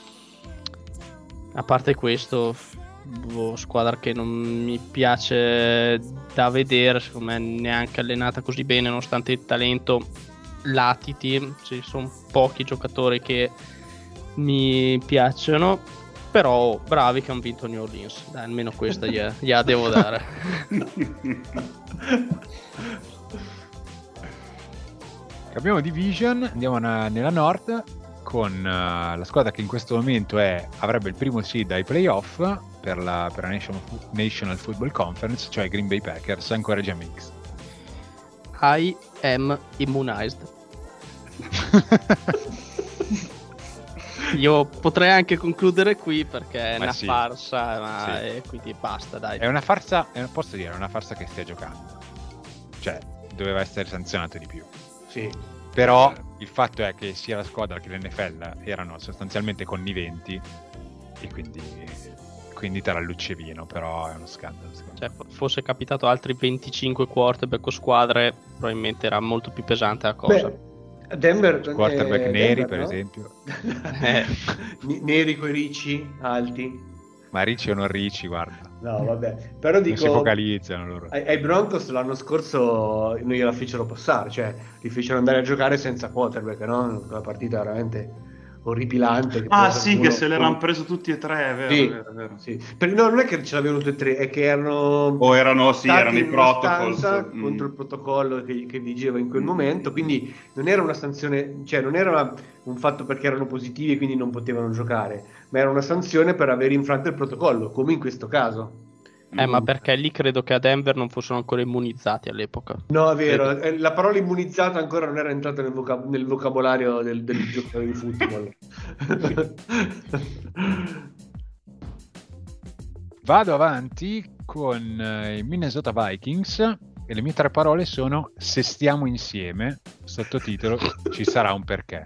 A parte questo, squadra che non mi piace da vedere, secondo me neanche allenata così bene, nonostante il talento latiti. Ci sono pochi giocatori che mi piacciono, però bravi che hanno vinto New Orleans. Dai, almeno questa gliela devo dare. Cambiamo division, andiamo nella Nord con la squadra che in questo momento avrebbe il primo seed ai playoff per la National Football Conference, cioè Green Bay Packers, ancora GMX. I am immunized. Io potrei anche concludere qui perché è una farsa, quindi basta, dai. È una farsa, posso dire, è una farsa che stia giocando. Cioè, doveva essere sanzionato di più. Sì. Però il fatto è che sia la squadra che l'NFL erano sostanzialmente conniventi, e quindi quindi te rallucce vino, però è uno scandalo. Cioè, fosse capitato altri 25 quarterback o squadre, probabilmente era molto più pesante la cosa. Beh, Denver, quarterback neri, Denver, per no? esempio. Neri coi ricci alti. Ma ricci o non ricci, guarda. No, vabbè. Però Non dico, si focalizzano loro. ai Broncos l'anno scorso non gliela fecero passare, cioè li fecero andare a giocare senza quarterback, no? Una partita veramente orripilante. Che se l'erano preso tutti e tre, è vero, sì, è vero. Sì. No, non è che ce l'avevano tutti e tre, è che erano erano i stati in una protocols stanza contro il protocollo che vigeva in quel momento, quindi non era una sanzione, cioè non era un fatto perché erano positivi e quindi non potevano giocare, ma era una sanzione per aver infranto il protocollo, come in questo caso. Ma perché lì credo che a Denver non fossero ancora immunizzati all'epoca. No, è vero, la parola immunizzato ancora non era entrata nel vocabolario del giocatore di football. Vado avanti con i Minnesota Vikings e le mie 3 parole sono: se stiamo insieme, sottotitolo ci sarà un perché.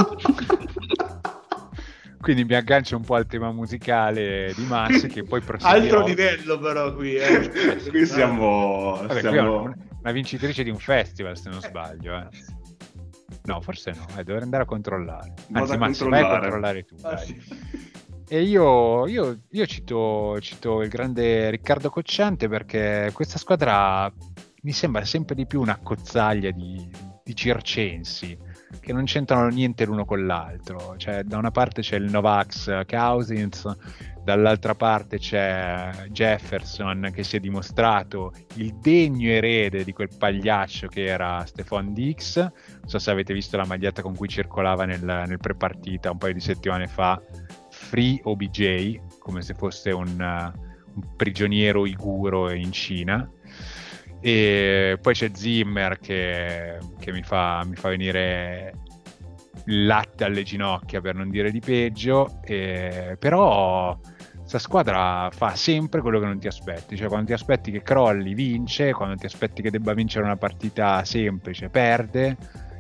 Quindi mi aggancio un po' al tema musicale di Massi, che poi proseguirò. Altro livello però qui. Qui siamo... Vabbè, qui è una vincitrice di un festival, se non sbaglio. No, forse no, dovrei andare a controllare. Anzi, Massi, vai a controllare tu. Dai. Sì. E io cito il grande Riccardo Cocciante, perché questa squadra mi sembra sempre di più una cozzaglia di circensi che non c'entrano niente l'uno con l'altro. Cioè, da una parte c'è il Novax Cousins, dall'altra parte c'è Jefferson, che si è dimostrato il degno erede di quel pagliaccio che era Stephon Diggs. Non so se avete visto la maglietta con cui circolava nel pre-partita un paio di settimane fa, Free OBJ, come se fosse un prigioniero uiguro in Cina. E poi c'è Zimmer che mi fa venire il latte alle ginocchia, per non dire di peggio, però questa squadra fa sempre quello che non ti aspetti. Cioè, quando ti aspetti che crolli, vince; quando ti aspetti che debba vincere una partita semplice, perde.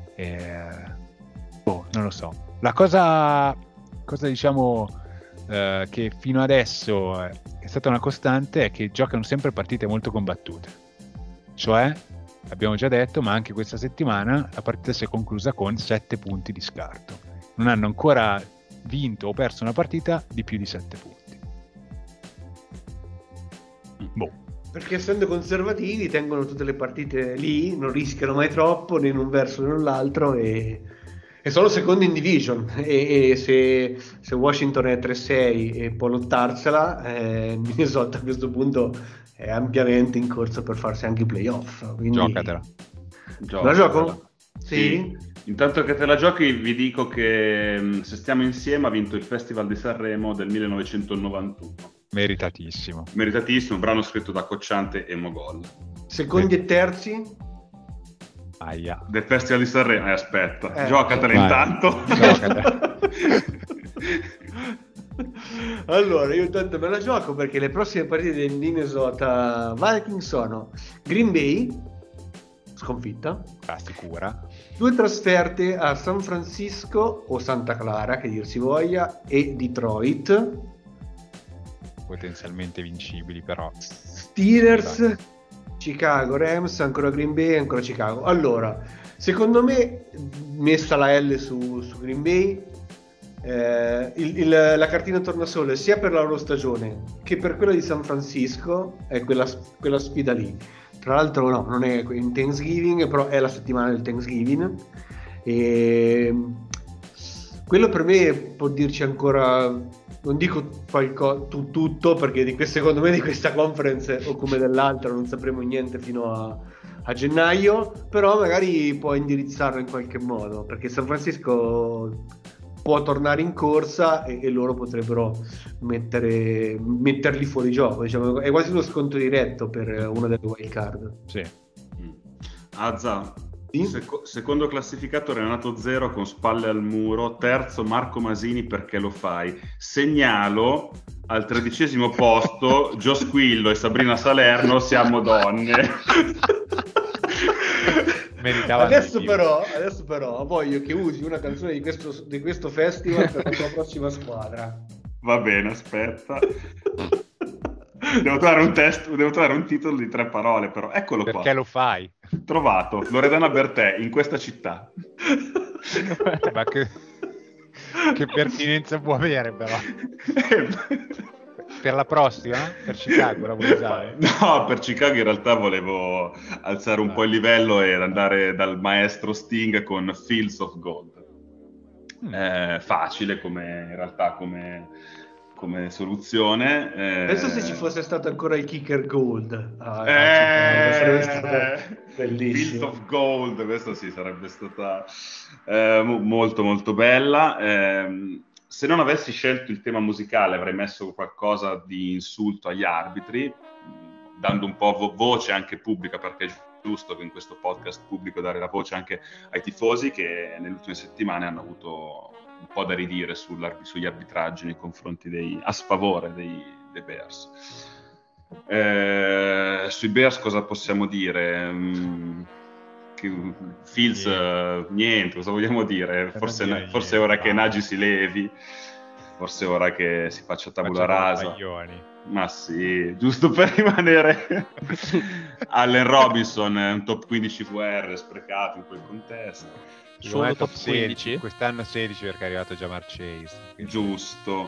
Non lo so. La cosa diciamo che fino adesso è stata una costante è che giocano sempre partite molto combattute. Cioè, abbiamo già detto, ma anche questa settimana la partita si è conclusa con 7 punti di scarto. Non hanno ancora vinto o perso una partita di più di 7 punti. Perché essendo conservativi tengono tutte le partite lì, non rischiano mai troppo né in un verso né nell'altro, e sono secondi in division, e se Washington è 3-6 e può lottarsela, Minnesota a questo punto è ampiamente in corso per farsi anche i playoff. Quindi... Giocatela. La gioco? Sì. Intanto che te la giochi, vi dico che Se stiamo insieme ha vinto il Festival di Sanremo del 1991. Meritatissimo, brano scritto da Cocciante e Mogol. Secondi e terzi? Aia. Del Festival di Sanremo, aspetta, giocatela vai. Intanto. Giocatela. Allora, io intanto me la gioco, perché le prossime partite del Minnesota Vikings sono Green Bay, sconfitta, sicura, 2 trasferte a San Francisco o Santa Clara, che dir si voglia, e Detroit, potenzialmente vincibili, però Steelers, Chicago, Rams, ancora Green Bay, ancora Chicago. Allora, secondo me, messa la L su Green Bay, la cartina tornasole sia per la loro stagione che per quella di San Francisco è quella sfida lì. Tra l'altro no, non è in Thanksgiving, però è la settimana del Thanksgiving, e quello per me può dirci ancora, non dico tutto, perché secondo me di questa conference o come dell'altra non sapremo niente fino a gennaio, però magari può indirizzarlo in qualche modo, perché San Francisco può tornare in corsa e loro potrebbero metterli fuori gioco, diciamo. È quasi uno sconto diretto per una delle wild card. sì. Azza, Sì? secondo classificato Renato Zero con spalle al muro, terzo Marco Masini perché lo fai, segnalo al 13° posto Gio Squillo e Sabrina Salerno, siamo donne. Adesso però voglio che usi una canzone di questo festival per la tua prossima squadra. Va bene, aspetta. Devo trovare un titolo di 3 parole, però. Eccolo qua. Perché lo fai? Trovato. Loredana Bertè, in questa città. Ma che pertinenza può avere, però? Per la prossima? Per Chicago la vuoi usare? No, per Chicago in realtà volevo alzare un po' il livello e andare dal maestro Sting con Fields of Gold. Facile in realtà come soluzione. Penso se ci fosse stato ancora il Kicker Gold. Sarebbe stato bellissimo. Fields of Gold, questa sì, sarebbe stata molto molto bella. Se non avessi scelto il tema musicale avrei messo qualcosa di insulto agli arbitri, dando un po' voce anche pubblica, perché è giusto che in questo podcast pubblico dare la voce anche ai tifosi che nelle ultime settimane hanno avuto un po' da ridire sugli arbitraggi nei confronti a sfavore dei Bears. Sui Bears cosa possiamo dire? Fields, niente, cosa vogliamo dire? Forse è ora che Nagy si levi, forse è ora che si faccia tabula rasa. Ma sì, giusto per rimanere. Allen Robinson è un top 15 VR sprecato in quel contesto. Solo top 15? Quest'anno 16 perché è arrivato già Chase. Giusto.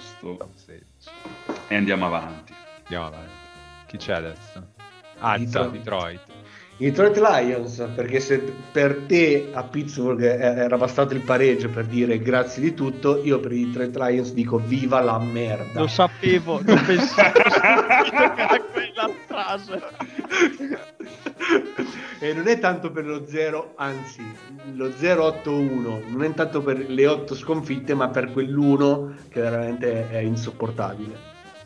E andiamo avanti. Chi c'è adesso? Detroit. I Detroit Lions, perché se per te a Pittsburgh era bastato il pareggio per dire grazie di tutto, io per i Detroit Lions dico viva la merda. Lo sapevo, non pensavo che era quella frase. E non è tanto per lo 0, anzi lo 0-8-1 non è tanto per le 8 sconfitte, ma per quell'1 che veramente è insopportabile.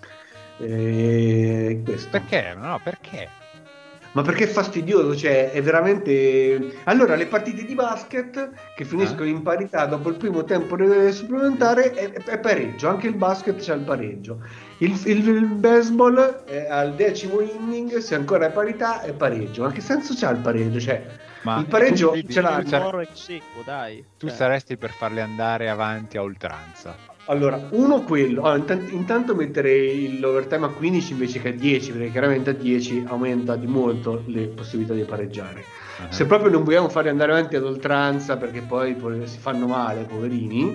Questo. Perché? No, perché? Ma perché è fastidioso, cioè è veramente... Allora, le partite di basket che finiscono in parità dopo il primo tempo supplementare è pareggio, anche il basket c'è il pareggio. Il baseball al 10° inning, se ancora è parità, è pareggio. Ma che senso c'ha il pareggio? Cioè, il pareggio ce l'ha... Tu saresti per farle andare avanti a oltranza. Allora, quello. Intanto metterei l'overtime a 15 invece che a 10, perché chiaramente a 10 aumenta di molto le possibilità di pareggiare. Se proprio non vogliamo fare andare avanti ad oltranza, perché poi si fanno male, poverini,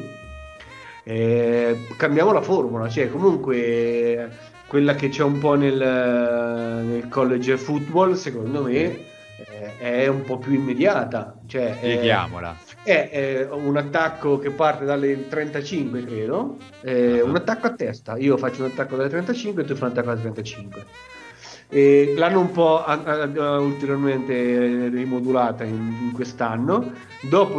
cambiamo la formula. Cioè, comunque, quella che c'è un po' nel college football, secondo me, è un po' più immediata. Cioè, spieghiamola. È un attacco che parte dalle 35, credo, un attacco a testa. Io faccio un attacco dalle 35 e tu fai un attacco dalle 35. L'hanno un po' ulteriormente rimodulata in quest'anno. Dopo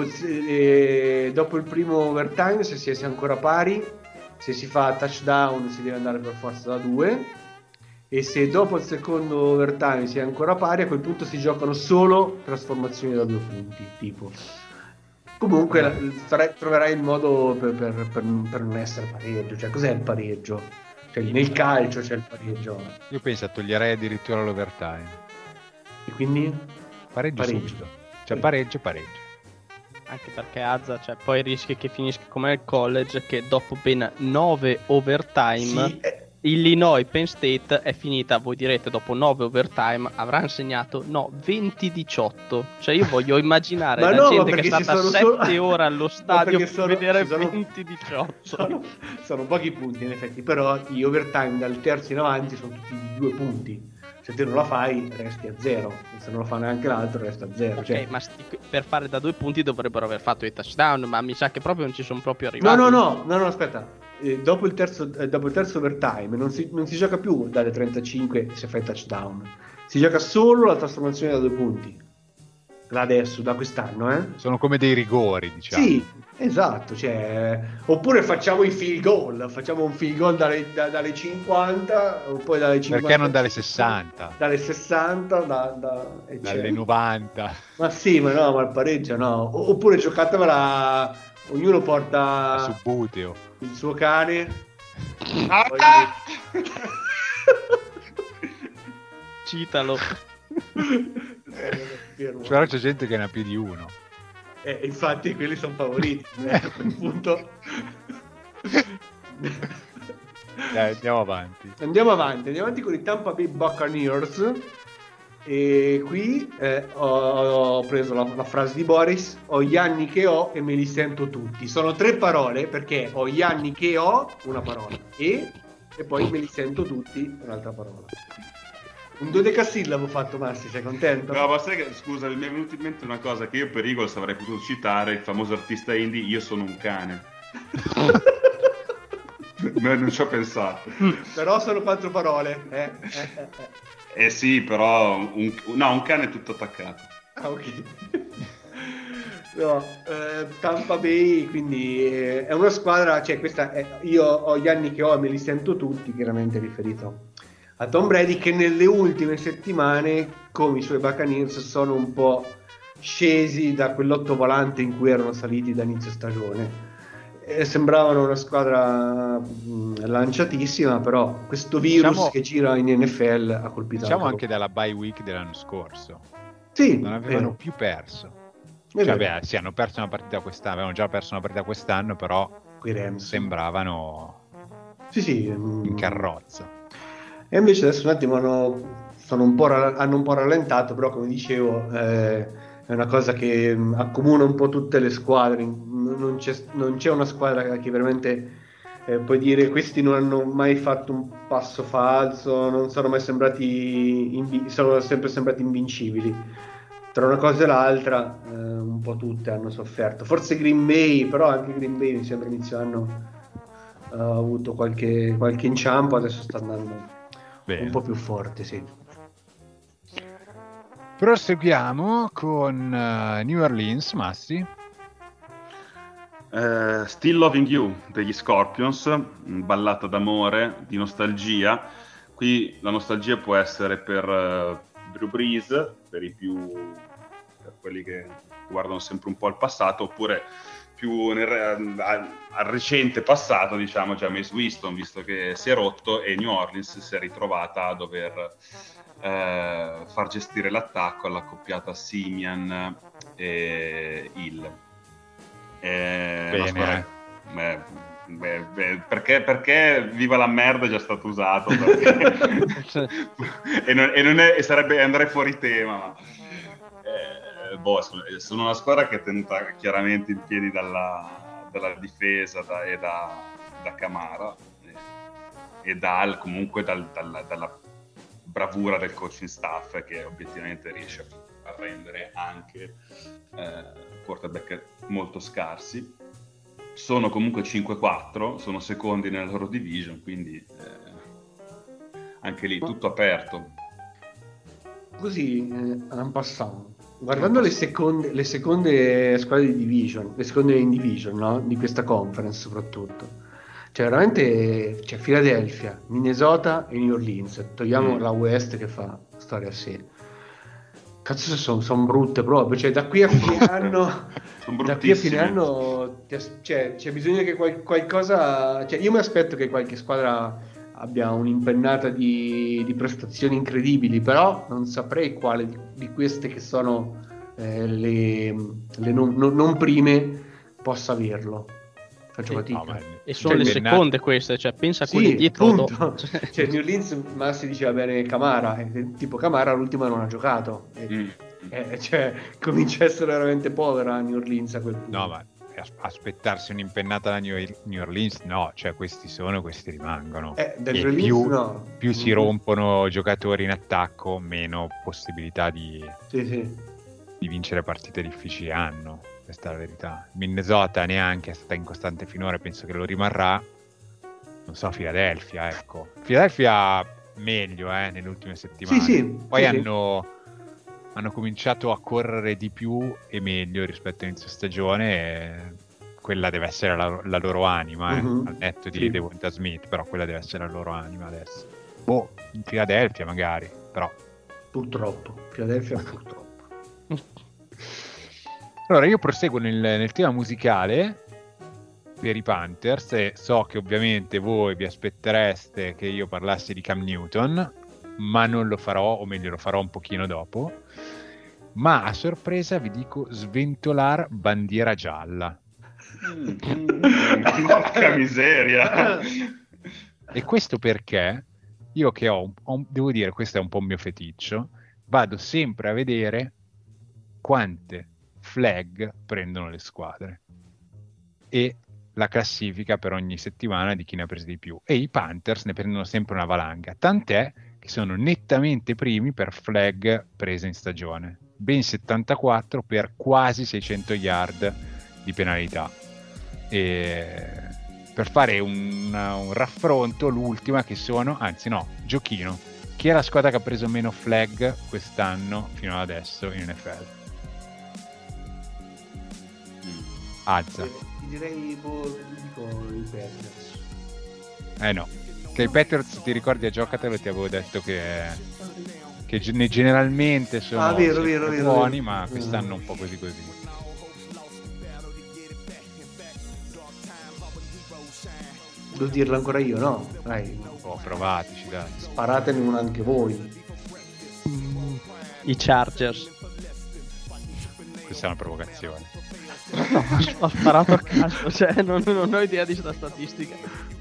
il primo overtime, se si è ancora pari, se si fa touchdown si deve andare per forza da 2, e se dopo il secondo overtime si è ancora pari, a quel punto si giocano solo trasformazioni da 2 punti, tipo. Comunque troverai il modo per non essere pareggio. Cioè, cos'è il pareggio? Cioè, nel calcio c'è il pareggio. Io penso toglierei addirittura l'overtime. E quindi? Pareggio. Subito. Cioè pareggio. Anche perché Azza, cioè, poi rischi che finisca come al college, che dopo ben 9 overtime Illinois Penn State è finita, voi direte, dopo 9 overtime avranno segnato 20-18. Cioè io voglio immaginare la gente che è stata 7 ore allo stadio per vedere 20-18. Sono pochi punti in effetti, però gli overtime dal terzo in avanti sono tutti di 2 punti. Se te non la fai resti a 0, se non lo fa neanche l'altro resta a 0. Ok, cioè... ma per fare da 2 punti dovrebbero aver fatto i touchdown, ma mi sa che proprio non ci sono proprio arrivati. No, aspetta. Dopo il terzo overtime non si gioca più dalle 35 se fai touchdown, si gioca solo la trasformazione da 2 punti. Adesso, da quest'anno, sono come dei rigori, diciamo. Sì, esatto, cioè, oppure facciamo i field goal, facciamo un field goal dalle 50, o poi dalle 50. Perché non dalle 60? Dalle 60, dalle 90. Ma sì, ma il pareggio no. Oppure giocatevela, ognuno porta su Buteo il suo cane. Citalo. Però c'è gente che ne ha più di uno. Infatti quelli sono favoriti. A quel punto Andiamo avanti. Andiamo avanti con i Tampa Bay Buccaneers. E qui ho preso la frase di Boris: ho gli anni che ho e me li sento tutti. Sono 3 parole, perché ho gli anni che ho, una parola, e poi me li sento tutti, un'altra parola. Un dodecasillabo fatto, Massi, sei contento? No, ma sai che, scusa, mi è venuta in mente una cosa che io per Eagles avrei potuto citare, il famoso artista indie Io sono un cane. Non ci ho pensato. Però sono 4 parole. Sì, però un cane tutto attaccato. Ah, ok. No, Tampa Bay, quindi è una squadra, cioè questa io ho gli anni che ho e me li sento tutti, chiaramente riferito a Tom Brady, che nelle ultime settimane, come i suoi Buccaneers, sono un po' scesi da quell'ottovolante in cui erano saliti da inizio stagione. Sembravano una squadra lanciatissima, però questo virus che gira in NFL ha colpito. Diciamo anche dalla bye week dell'anno scorso. Sì, non avevano più perso. Sì, hanno perso una partita quest'anno, avevano già perso una partita quest'anno, però quei Rams sembravano in carrozza. E invece adesso un attimo hanno un po' rallentato, però come dicevo è una cosa che accomuna un po' tutte le squadre. Non c'è una squadra che veramente puoi dire questi non hanno mai fatto un passo falso, non sono mai sembrati sono sempre sembrati invincibili. Tra una cosa e l'altra un po' tutte hanno sofferto. Forse Green Bay, però anche Green Bay mi sembra inizio anno ha avuto qualche inciampo, adesso sta andando un po' più forte, sì. Proseguiamo con New Orleans, Massi. Still Loving You degli Scorpions, ballata d'amore, di nostalgia. Qui la nostalgia può essere per Drew Brees, per quelli che guardano sempre un po' al passato, oppure più al recente passato, diciamo già Jameis Winston, visto che si è rotto e New Orleans si è ritrovata a dover far gestire l'attacco alla coppiata Simeon e Hill. Bene. Perché viva la merda è già stato usato e andrei fuori tema, ma sono una squadra che è tenuta chiaramente in piedi dalla difesa da Camara e comunque dalla bravura del coaching staff, che obiettivamente riesce a rendere anche quarterback molto scarsi. Sono comunque 5-4, sono secondi nella loro division, quindi anche lì tutto aperto. Così en passant, guardando le seconde squadre di division, le seconde in division, no? Di questa conference soprattutto, cioè veramente c'è Philadelphia, Minnesota e New Orleans. Togliamo la West che fa storia a sé. Cazzo, sono brutte proprio, cioè da qui a fine anno c'è bisogno che qualcosa, cioè io mi aspetto che qualche squadra abbia un'impennata di prestazioni incredibili, però non saprei quale di queste che sono le non prime possa averlo. Faccio fatica. E sono le seconde queste, cioè pensa a quelli dietro. Cioè New Orleans, ma si diceva bene Camara, tipo Camara l'ultima non ha giocato, cioè comincia a essere veramente povera New Orleans a quel punto. No, ma aspettarsi un'impennata da New Orleans, no, cioè questi rimangono. Più si rompono giocatori in attacco, meno possibilità di vincere partite difficili hanno. Questa è la verità. Minnesota neanche è stata incostante finora, penso che lo rimarrà. Non so, Philadelphia, ecco. Philadelphia meglio nelle ultime settimane. Poi hanno cominciato a correre di più e meglio rispetto all'inizio stagione. E quella deve essere la loro anima, al netto di Devonta Smith, però quella deve essere la loro anima adesso. In Philadelphia magari, però. Purtroppo. Philadelphia purtroppo. Allora, io proseguo nel tema musicale per i Panthers e so che ovviamente voi vi aspettereste che io parlassi di Cam Newton, ma non lo farò, o meglio lo farò un pochino dopo. Ma a sorpresa vi dico Sventolar bandiera gialla. Porca miseria! E questo perché io che devo dire, questo è un po' un mio feticcio, vado sempre a vedere quante flag prendono le squadre e la classifica per ogni settimana di chi ne ha presi di più, e i Panthers ne prendono sempre una valanga, tant'è che sono nettamente primi per flag prese in stagione, ben 74 per quasi 600 yard di penalità. E per fare un raffronto, l'ultima che sono, anzi no, giochino, chi è la squadra che ha preso meno flag quest'anno fino ad adesso in NFL? Azza. Direi dico i Patriots. No, che i Patriots, ti ricordi a Giocatelo ti avevo detto che generalmente sono vero, buoni, ma quest'anno un po' così. Devo dirlo ancora io, no? Dai. Provateci, dai. Sparatene una anche voi. I Chargers. Questa è una provocazione. No, ho sparato a caso, cioè non ho idea di sta statistica.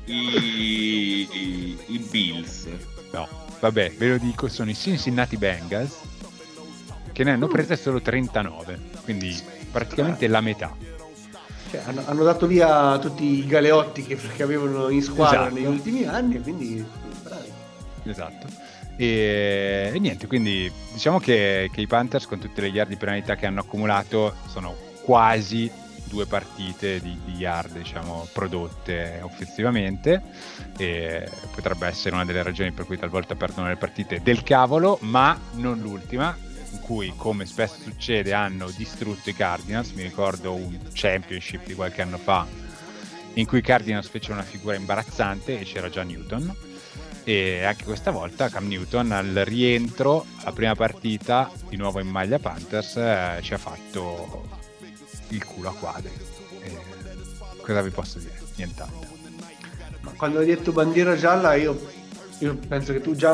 I Bills. No, vabbè, ve lo dico, sono i Cincinnati Bengals, che ne hanno prese solo 39, quindi praticamente la metà. Cioè, hanno dato via tutti i galeotti che avevano in squadra Esatto. negli ultimi anni, quindi bravi. Esatto. E niente, quindi diciamo che i Panthers, con tutte le yard di penalità che hanno accumulato, sono quasi 2 partite di yard, diciamo, prodotte offensivamente, e potrebbe essere una delle ragioni per cui talvolta perdono le partite del cavolo, ma non l'ultima, in cui, come spesso succede, hanno distrutto i Cardinals. Mi ricordo un championship di qualche anno fa in cui i Cardinals fecero una figura imbarazzante e c'era già Newton, e anche questa volta Cam Newton al rientro, alla prima partita di nuovo in maglia Panthers, ci ha fatto il culo a quadri. Cosa vi posso dire? Nient'altro. Ma quando hai detto bandiera gialla, io penso che tu già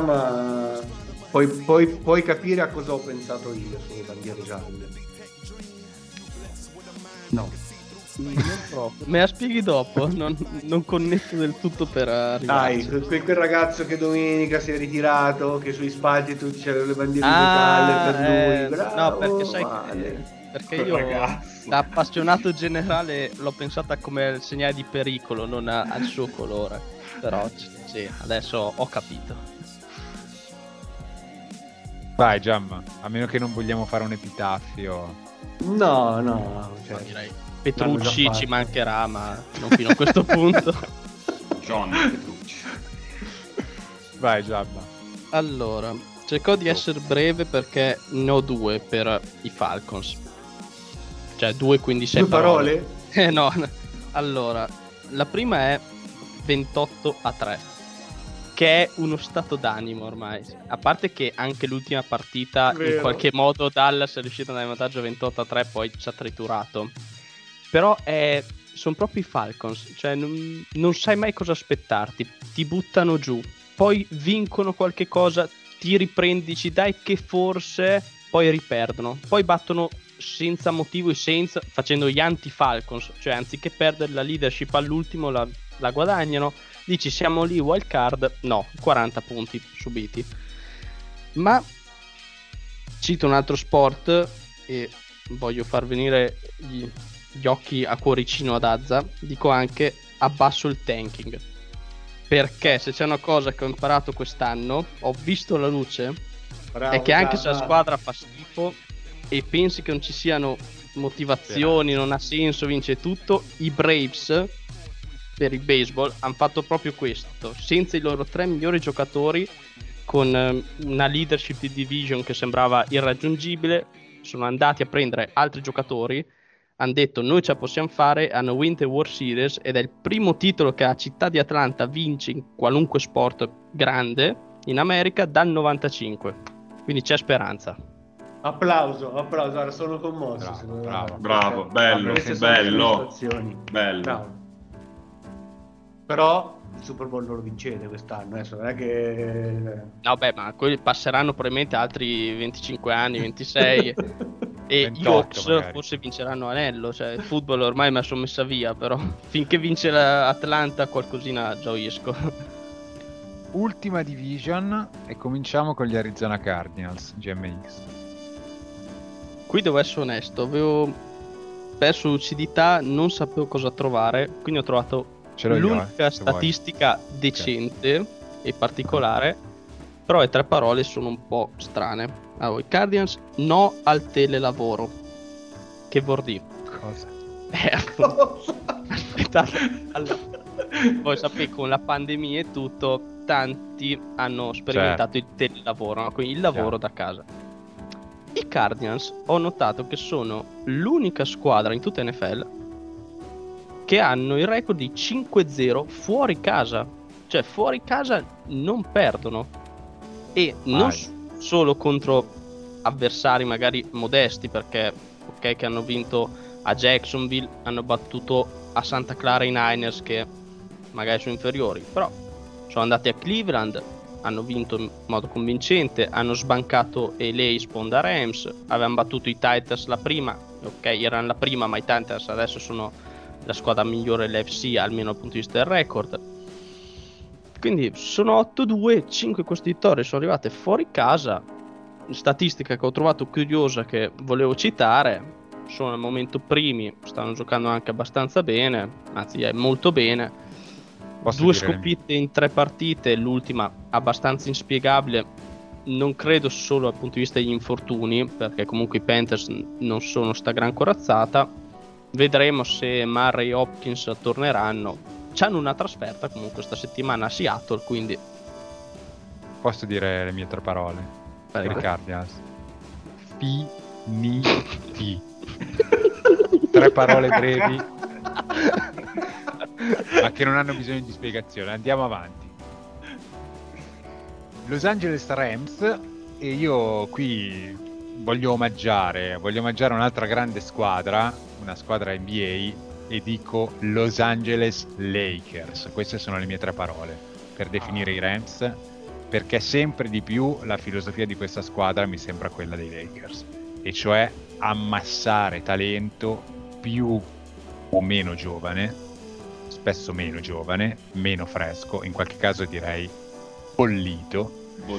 puoi capire a cosa ho pensato io sulle bandiere gialle. No. Non proprio. Me la spieghi dopo? Non connetto del tutto per arrivarci. Dai, quel ragazzo che domenica si è ritirato, che sui spalti tutti c'erano le bandiere gialle per lui. Bravo, no, perché sai perché io da appassionato generale l'ho pensata come il segnale di pericolo, non al suo colore. Però sì, adesso ho capito. Vai Giamma, a meno che non vogliamo fare un epitaffio. No, cioè, Direi Petrucci ci mancherà, ma non fino a questo punto. John Petrucci. Vai Giamma. Allora, cerco di essere breve perché ne ho 2 per i Falcons. Cioè 2, quindi 6 parole? No. Allora, la prima è 28-3, che è uno stato d'animo ormai. A parte che anche l'ultima partita, Vero. in qualche modo Dallas è riuscito ad andare in vantaggio 28-3, poi ci ha triturato. Però sono proprio i Falcons, cioè non sai mai cosa aspettarti, ti buttano giù, poi vincono qualche cosa, ti riprendi, dici dai che forse, poi riperdono, poi battono senza motivo facendo gli anti-Falcons, cioè anziché perdere la leadership all'ultimo la guadagnano, dici siamo lì wild card, no, 40 punti subiti. Ma cito un altro sport e voglio far venire gli occhi a cuoricino ad Azza, dico anche abbasso il tanking, perché se c'è una cosa che ho imparato quest'anno, ho visto la luce, bravo, è che anche se la squadra fa schifo e pensi che non ci siano motivazioni, non ha senso, vince tutto, i Braves per il baseball hanno fatto proprio questo, senza i loro 3 migliori giocatori, con una leadership di division che sembrava irraggiungibile, sono andati a prendere altri giocatori, hanno detto noi ce la possiamo fare, hanno vinto il World Series ed è il primo titolo che la città di Atlanta vince in qualunque sport grande in America dal 95, quindi c'è speranza. Applauso, ora sono commosso. Bravo, bello. Bravo. Però il Super Bowl non lo vincete quest'anno, non è che... No, beh, ma quelli passeranno probabilmente altri 25 anni, 26 e 28 gli Hawks magari. forse vinceranno anello, cioè il football ormai me la sono messa via, però finché vince l'Atlanta qualcosina gioisco. ultima division e cominciamo con gli Arizona Cardinals, GMX. Qui devo essere onesto, avevo perso lucidità, non sapevo cosa trovare, quindi ho trovato Ce l'ho io, l'unica se vuoi. statistica decente e particolare, però le 3 parole sono un po' strane. Allora, i Cardinals no al telelavoro. Che vuol dire? Cosa? Aspettate, allora, voi sapete, con la pandemia e tutto, tanti hanno sperimentato il telelavoro, no? Quindi il lavoro da casa. I Cardinals ho notato che sono l'unica squadra in tutta NFL che hanno il record di 5-0 fuori casa. Cioè fuori casa non perdono. E non solo contro avversari magari modesti, perché ok che hanno vinto a Jacksonville, hanno battuto a Santa Clara i Niners che magari sono inferiori, però sono andati a Cleveland, hanno vinto in modo convincente, hanno sbancato LA sponda Rams, avevano battuto i Titans la prima, ok erano la prima, ma i Titans adesso sono la squadra migliore dell'FC almeno dal punto di vista del record. Quindi sono 8-2, 5 queste vittorie sono arrivate fuori casa. Statistica che ho trovato curiosa, che volevo citare: sono al momento primi, stanno giocando anche abbastanza bene, anzi è molto bene. Posso 2 dire- sconfitte in 3 partite, l'ultima abbastanza inspiegabile, non credo solo dal punto di vista degli infortuni, perché comunque i Panthers non sono sta gran corazzata. Vedremo se Murray e Hopkins torneranno. C'hanno una trasferta comunque sta settimana a Seattle, quindi Posso dire le mie 3 parole? Per i Cardinals. Finiti. 3 parole brevi, ma che non hanno bisogno di spiegazione. Andiamo avanti. Los Angeles Rams, e io qui voglio omaggiare un'altra grande squadra, una squadra NBA, e dico Los Angeles Lakers. Queste sono le mie 3 parole per definire i Rams, perché sempre di più la filosofia di questa squadra mi sembra quella dei Lakers, e cioè ammassare talento più o meno giovane, spesso meno giovane, meno fresco, in qualche caso direi bollito,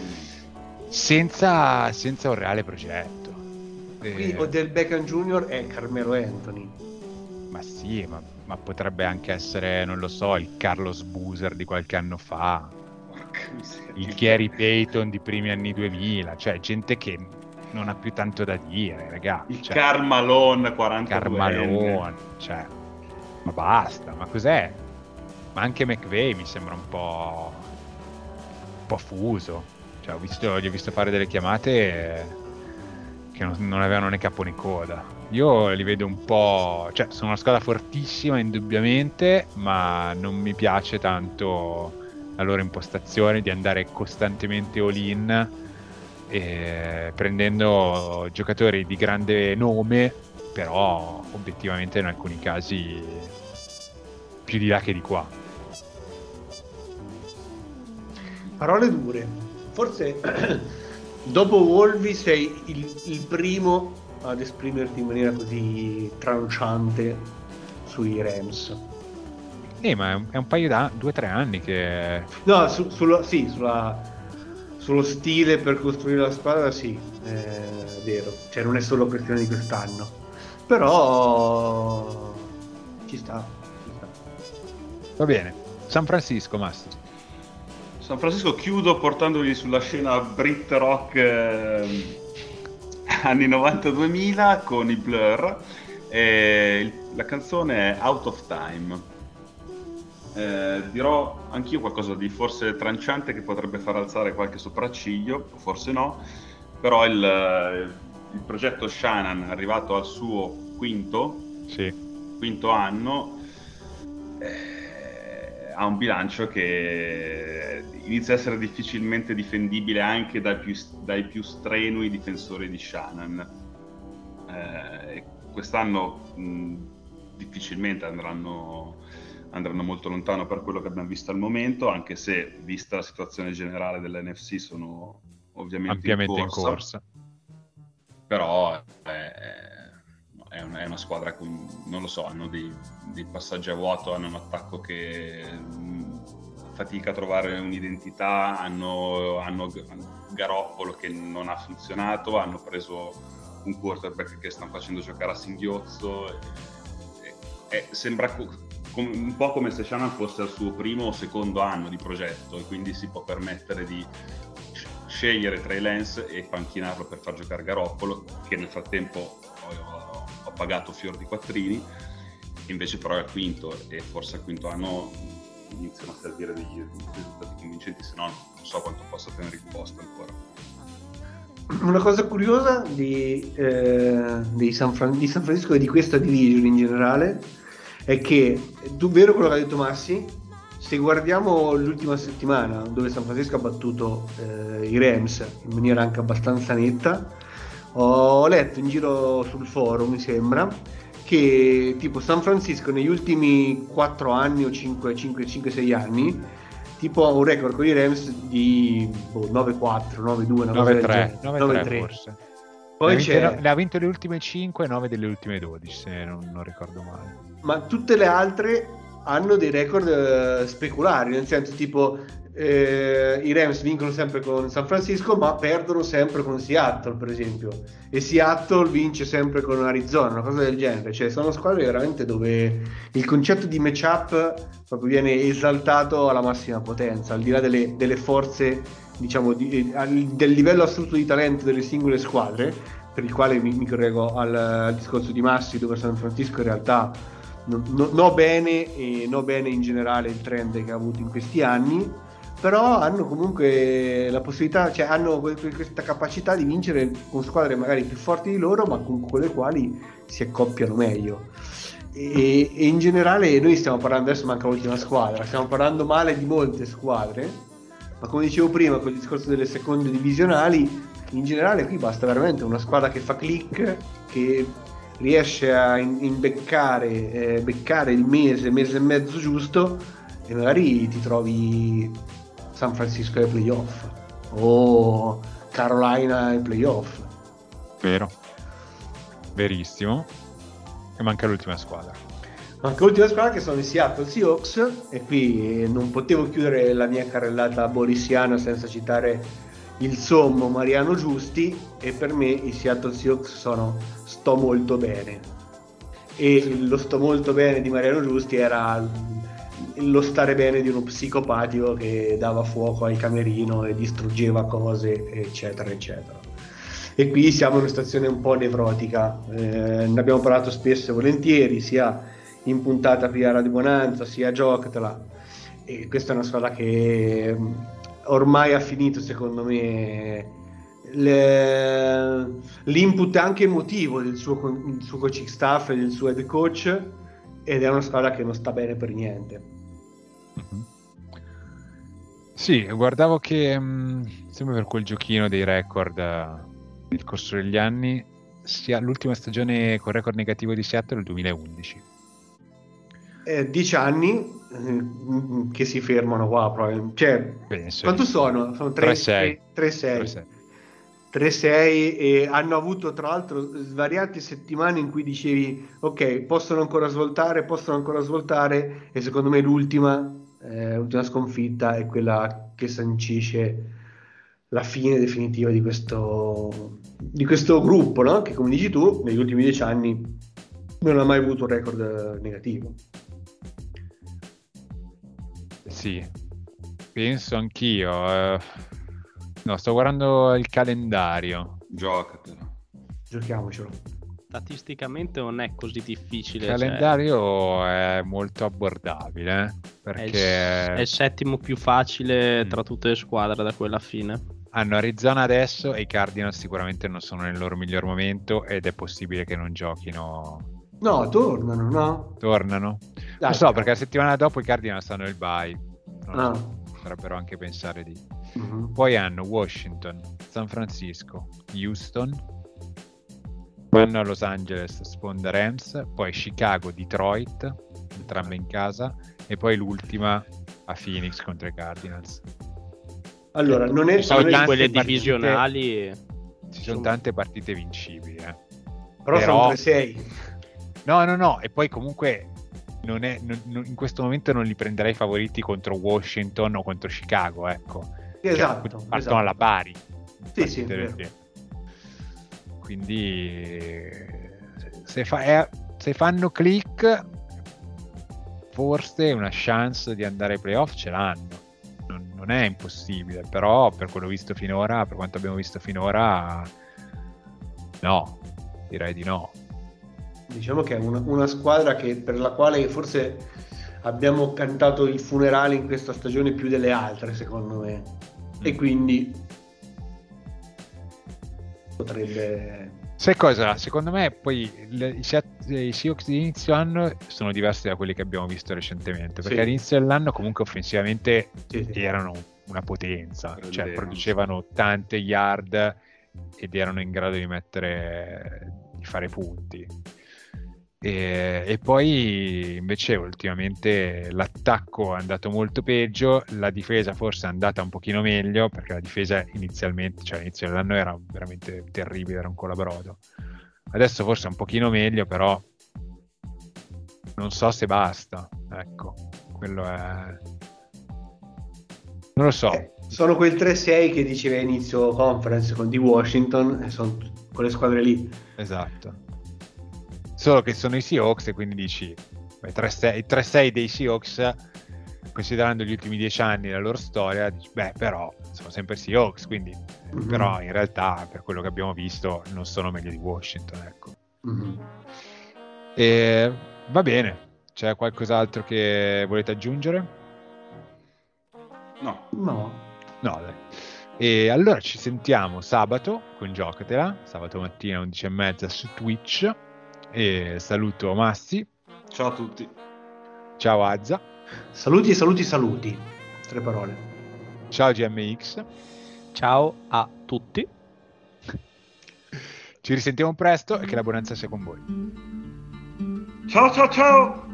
senza un reale progetto. Quindi Odell Beckham Jr. è Carmelo Anthony. Ma sì, ma potrebbe anche essere, non lo so, il Carlos Boozer di qualche anno fa, il Gary Payton di primi anni 2000, cioè gente che non ha più tanto da dire, ragazzi. Il Carmalone 42enne. Carmalone, cioè, ma basta, ma cos'è? Ma anche McVay mi sembra un po' fuso, cioè gli ho visto fare delle chiamate che non avevano né capo né coda. Io li vedo un po', cioè sono una squadra fortissima indubbiamente, ma non mi piace tanto la loro impostazione di andare costantemente all-in, prendendo giocatori di grande nome, però obiettivamente in alcuni casi più di là che di qua. Parole dure. Forse dopo Wolvi sei il primo ad esprimerti in maniera così tranciante sui Rams. Ma è un paio 2-3 anni che... No, sullo stile per costruire la squadra, sì, è vero. Cioè non è solo questione di quest'anno. Però ci sta. Va bene. San Francisco, Mastro. San Francisco chiudo portandoli sulla scena Brit Rock anni 90-2000 con i Blur. La canzone è Out of Time. Dirò anch'io qualcosa di forse tranciante che potrebbe far alzare qualche sopracciglio, forse no, però il progetto Shannon, arrivato al suo quinto anno, ha un bilancio che inizia a essere difficilmente difendibile anche dai più strenui difensori di Shannon. Quest'anno difficilmente andranno molto lontano per quello che abbiamo visto al momento, anche se, vista la situazione generale dell'NFC, sono ovviamente ampiamente in corsa. Però è una squadra con, non lo so, hanno dei passaggi a vuoto, hanno un attacco che fatica a trovare un'identità, hanno Garoppolo che non ha funzionato, hanno preso un quarterback che stanno facendo giocare a singhiozzo, sembra un po' come se Shanahan fosse al suo primo o secondo anno di progetto e quindi si può permettere di scegliere Trey Lance e panchinarlo per far giocare Garoppolo, che nel frattempo ho pagato fior di quattrini, invece però è al quinto, e forse al quinto anno iniziano a servire degli risultati convincenti, se no non so quanto possa tenere il posto ancora. Una cosa curiosa di San Francisco e di questa division in generale è che, vero quello che ha detto Massi, se guardiamo l'ultima settimana dove San Francisco ha battuto i Rams in maniera anche abbastanza netta, ho letto in giro sul forum, mi sembra, che tipo San Francisco negli ultimi 4 anni o 5-6 anni tipo ha un record con i Rams di 9-4, 9-2, 9-3 forse. Poi le ha vinto le ultime 5 e 9 delle ultime 12, se non ricordo male. Ma tutte le altre hanno dei record speculari, nel senso tipo i Rams vincono sempre con San Francisco ma perdono sempre con Seattle, per esempio, e Seattle vince sempre con Arizona, una cosa del genere. Cioè sono squadre veramente dove il concetto di matchup proprio viene esaltato alla massima potenza, al di là delle forze, diciamo, del livello assoluto di talento delle singole squadre, per il quale mi correggo al discorso di Massi, dove San Francisco in realtà no bene in generale il trend che ha avuto in questi anni, però hanno comunque la possibilità, cioè hanno questa capacità di vincere con squadre magari più forti di loro, ma con le quali si accoppiano meglio. E in generale noi stiamo parlando, adesso manca l'ultima squadra, stiamo parlando male di molte squadre, ma come dicevo prima con il discorso delle seconde divisionali, in generale qui basta veramente una squadra che fa click, che riesce a beccare il mese e mezzo giusto, e magari ti trovi San Francisco ai playoff o Carolina ai playoff. Vero, verissimo. E manca l'ultima squadra. Che sono i Seattle Seahawks, e qui non potevo chiudere la mia carrellata borissiana senza citare il sommo Mariano Giusti, e per me i Seattle Seahawks sono sto molto bene, e lo sto molto bene di Mariano Giusti era lo stare bene di uno psicopatico che dava fuoco al camerino e distruggeva cose, eccetera eccetera. E qui siamo in una situazione un po' nevrotica, ne abbiamo parlato spesso e volentieri, sia in puntata prima Radio Bonanza sia a Giocattela, e questa è una squadra che ormai ha finito secondo me l'input anche emotivo del suo coaching staff e del suo head coach, ed è una squadra che non sta bene per niente. Sì, guardavo che sempre per quel giochino dei record nel corso degli anni, l'ultima stagione con record negativo di Seattle è il 2011. 10 anni che si fermano qua, probabilmente. Cioè, penso. Quanto sono? Sono 3-6. 3-6, e hanno avuto tra l'altro svariate settimane in cui dicevi ok, possono ancora svoltare, e secondo me l'ultima sconfitta è quella che sancisce la fine definitiva di questo gruppo, no? Che come dici tu negli ultimi 10 anni non ha mai avuto un record negativo. Sì, penso anch'io. No, sto guardando il calendario. Giochiamocelo. Statisticamente non è così difficile. Il calendario è molto abbordabile, perché è il settimo più facile tra tutte le squadre da quella fine. Hanno Arizona adesso, e i Cardinals sicuramente non sono nel loro miglior momento, ed è possibile che non giochino. No, tornano, no? Tornano? Dai, lo so, perché la settimana dopo i Cardinals hanno il bye. Potrebbero anche pensare di... Poi hanno Washington, San Francisco, Houston, vanno a Los Angeles, sponda Rams, poi Chicago, Detroit, entrambe in casa, e poi l'ultima a Phoenix contro i Cardinals. Allora, non è quelle divisionali. Ci sono tante partite vincibili, però sono 3-6. No, e poi comunque in questo momento non li prenderei favoriti contro Washington o contro Chicago, ecco. Esatto, cioè, partono alla pari. Sì, quindi se fanno click, forse una chance di andare ai playoff ce l'hanno. Non è impossibile, però per quello visto finora, per quanto abbiamo visto finora, no, direi di no. Diciamo che è una squadra per la quale forse abbiamo cantato il funerale in questa stagione più delle altre, secondo me. E quindi potrebbe... Sai cosa? Secondo me poi i Seahawks di inizio anno sono diversi da quelli che abbiamo visto recentemente, perché all'inizio dell'anno comunque offensivamente erano una potenza, cioè producevano tante yard ed erano in grado di fare punti. E poi invece ultimamente l'attacco è andato molto peggio, la difesa forse è andata un pochino meglio, perché la difesa inizialmente, cioè all'inizio dell'anno era veramente terribile, era un colabrodo. Adesso forse è un pochino meglio, però non so se basta, ecco, quello è... non lo so. Sono quel 3-6 che diceva inizio conference con di Washington, e sono quelle squadre lì. Esatto. Solo che sono i Seahawks e quindi dici i 3-6 dei Seahawks, considerando gli ultimi 10 anni la loro storia, dici, però sono sempre Seahawks, quindi però in realtà per quello che abbiamo visto non sono meglio di Washington, ecco. E va bene, c'è qualcos'altro che volete aggiungere? No, dai. E allora ci sentiamo sabato con Giocatela, sabato mattina 11:30 su Twitch. E saluto Massi. Ciao a tutti. Ciao Azza. Saluti. 3 parole. Ciao GMX. Ciao a tutti. Ci risentiamo presto e che la buonanza sia con voi. Ciao.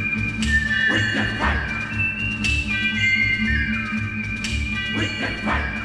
We can fight.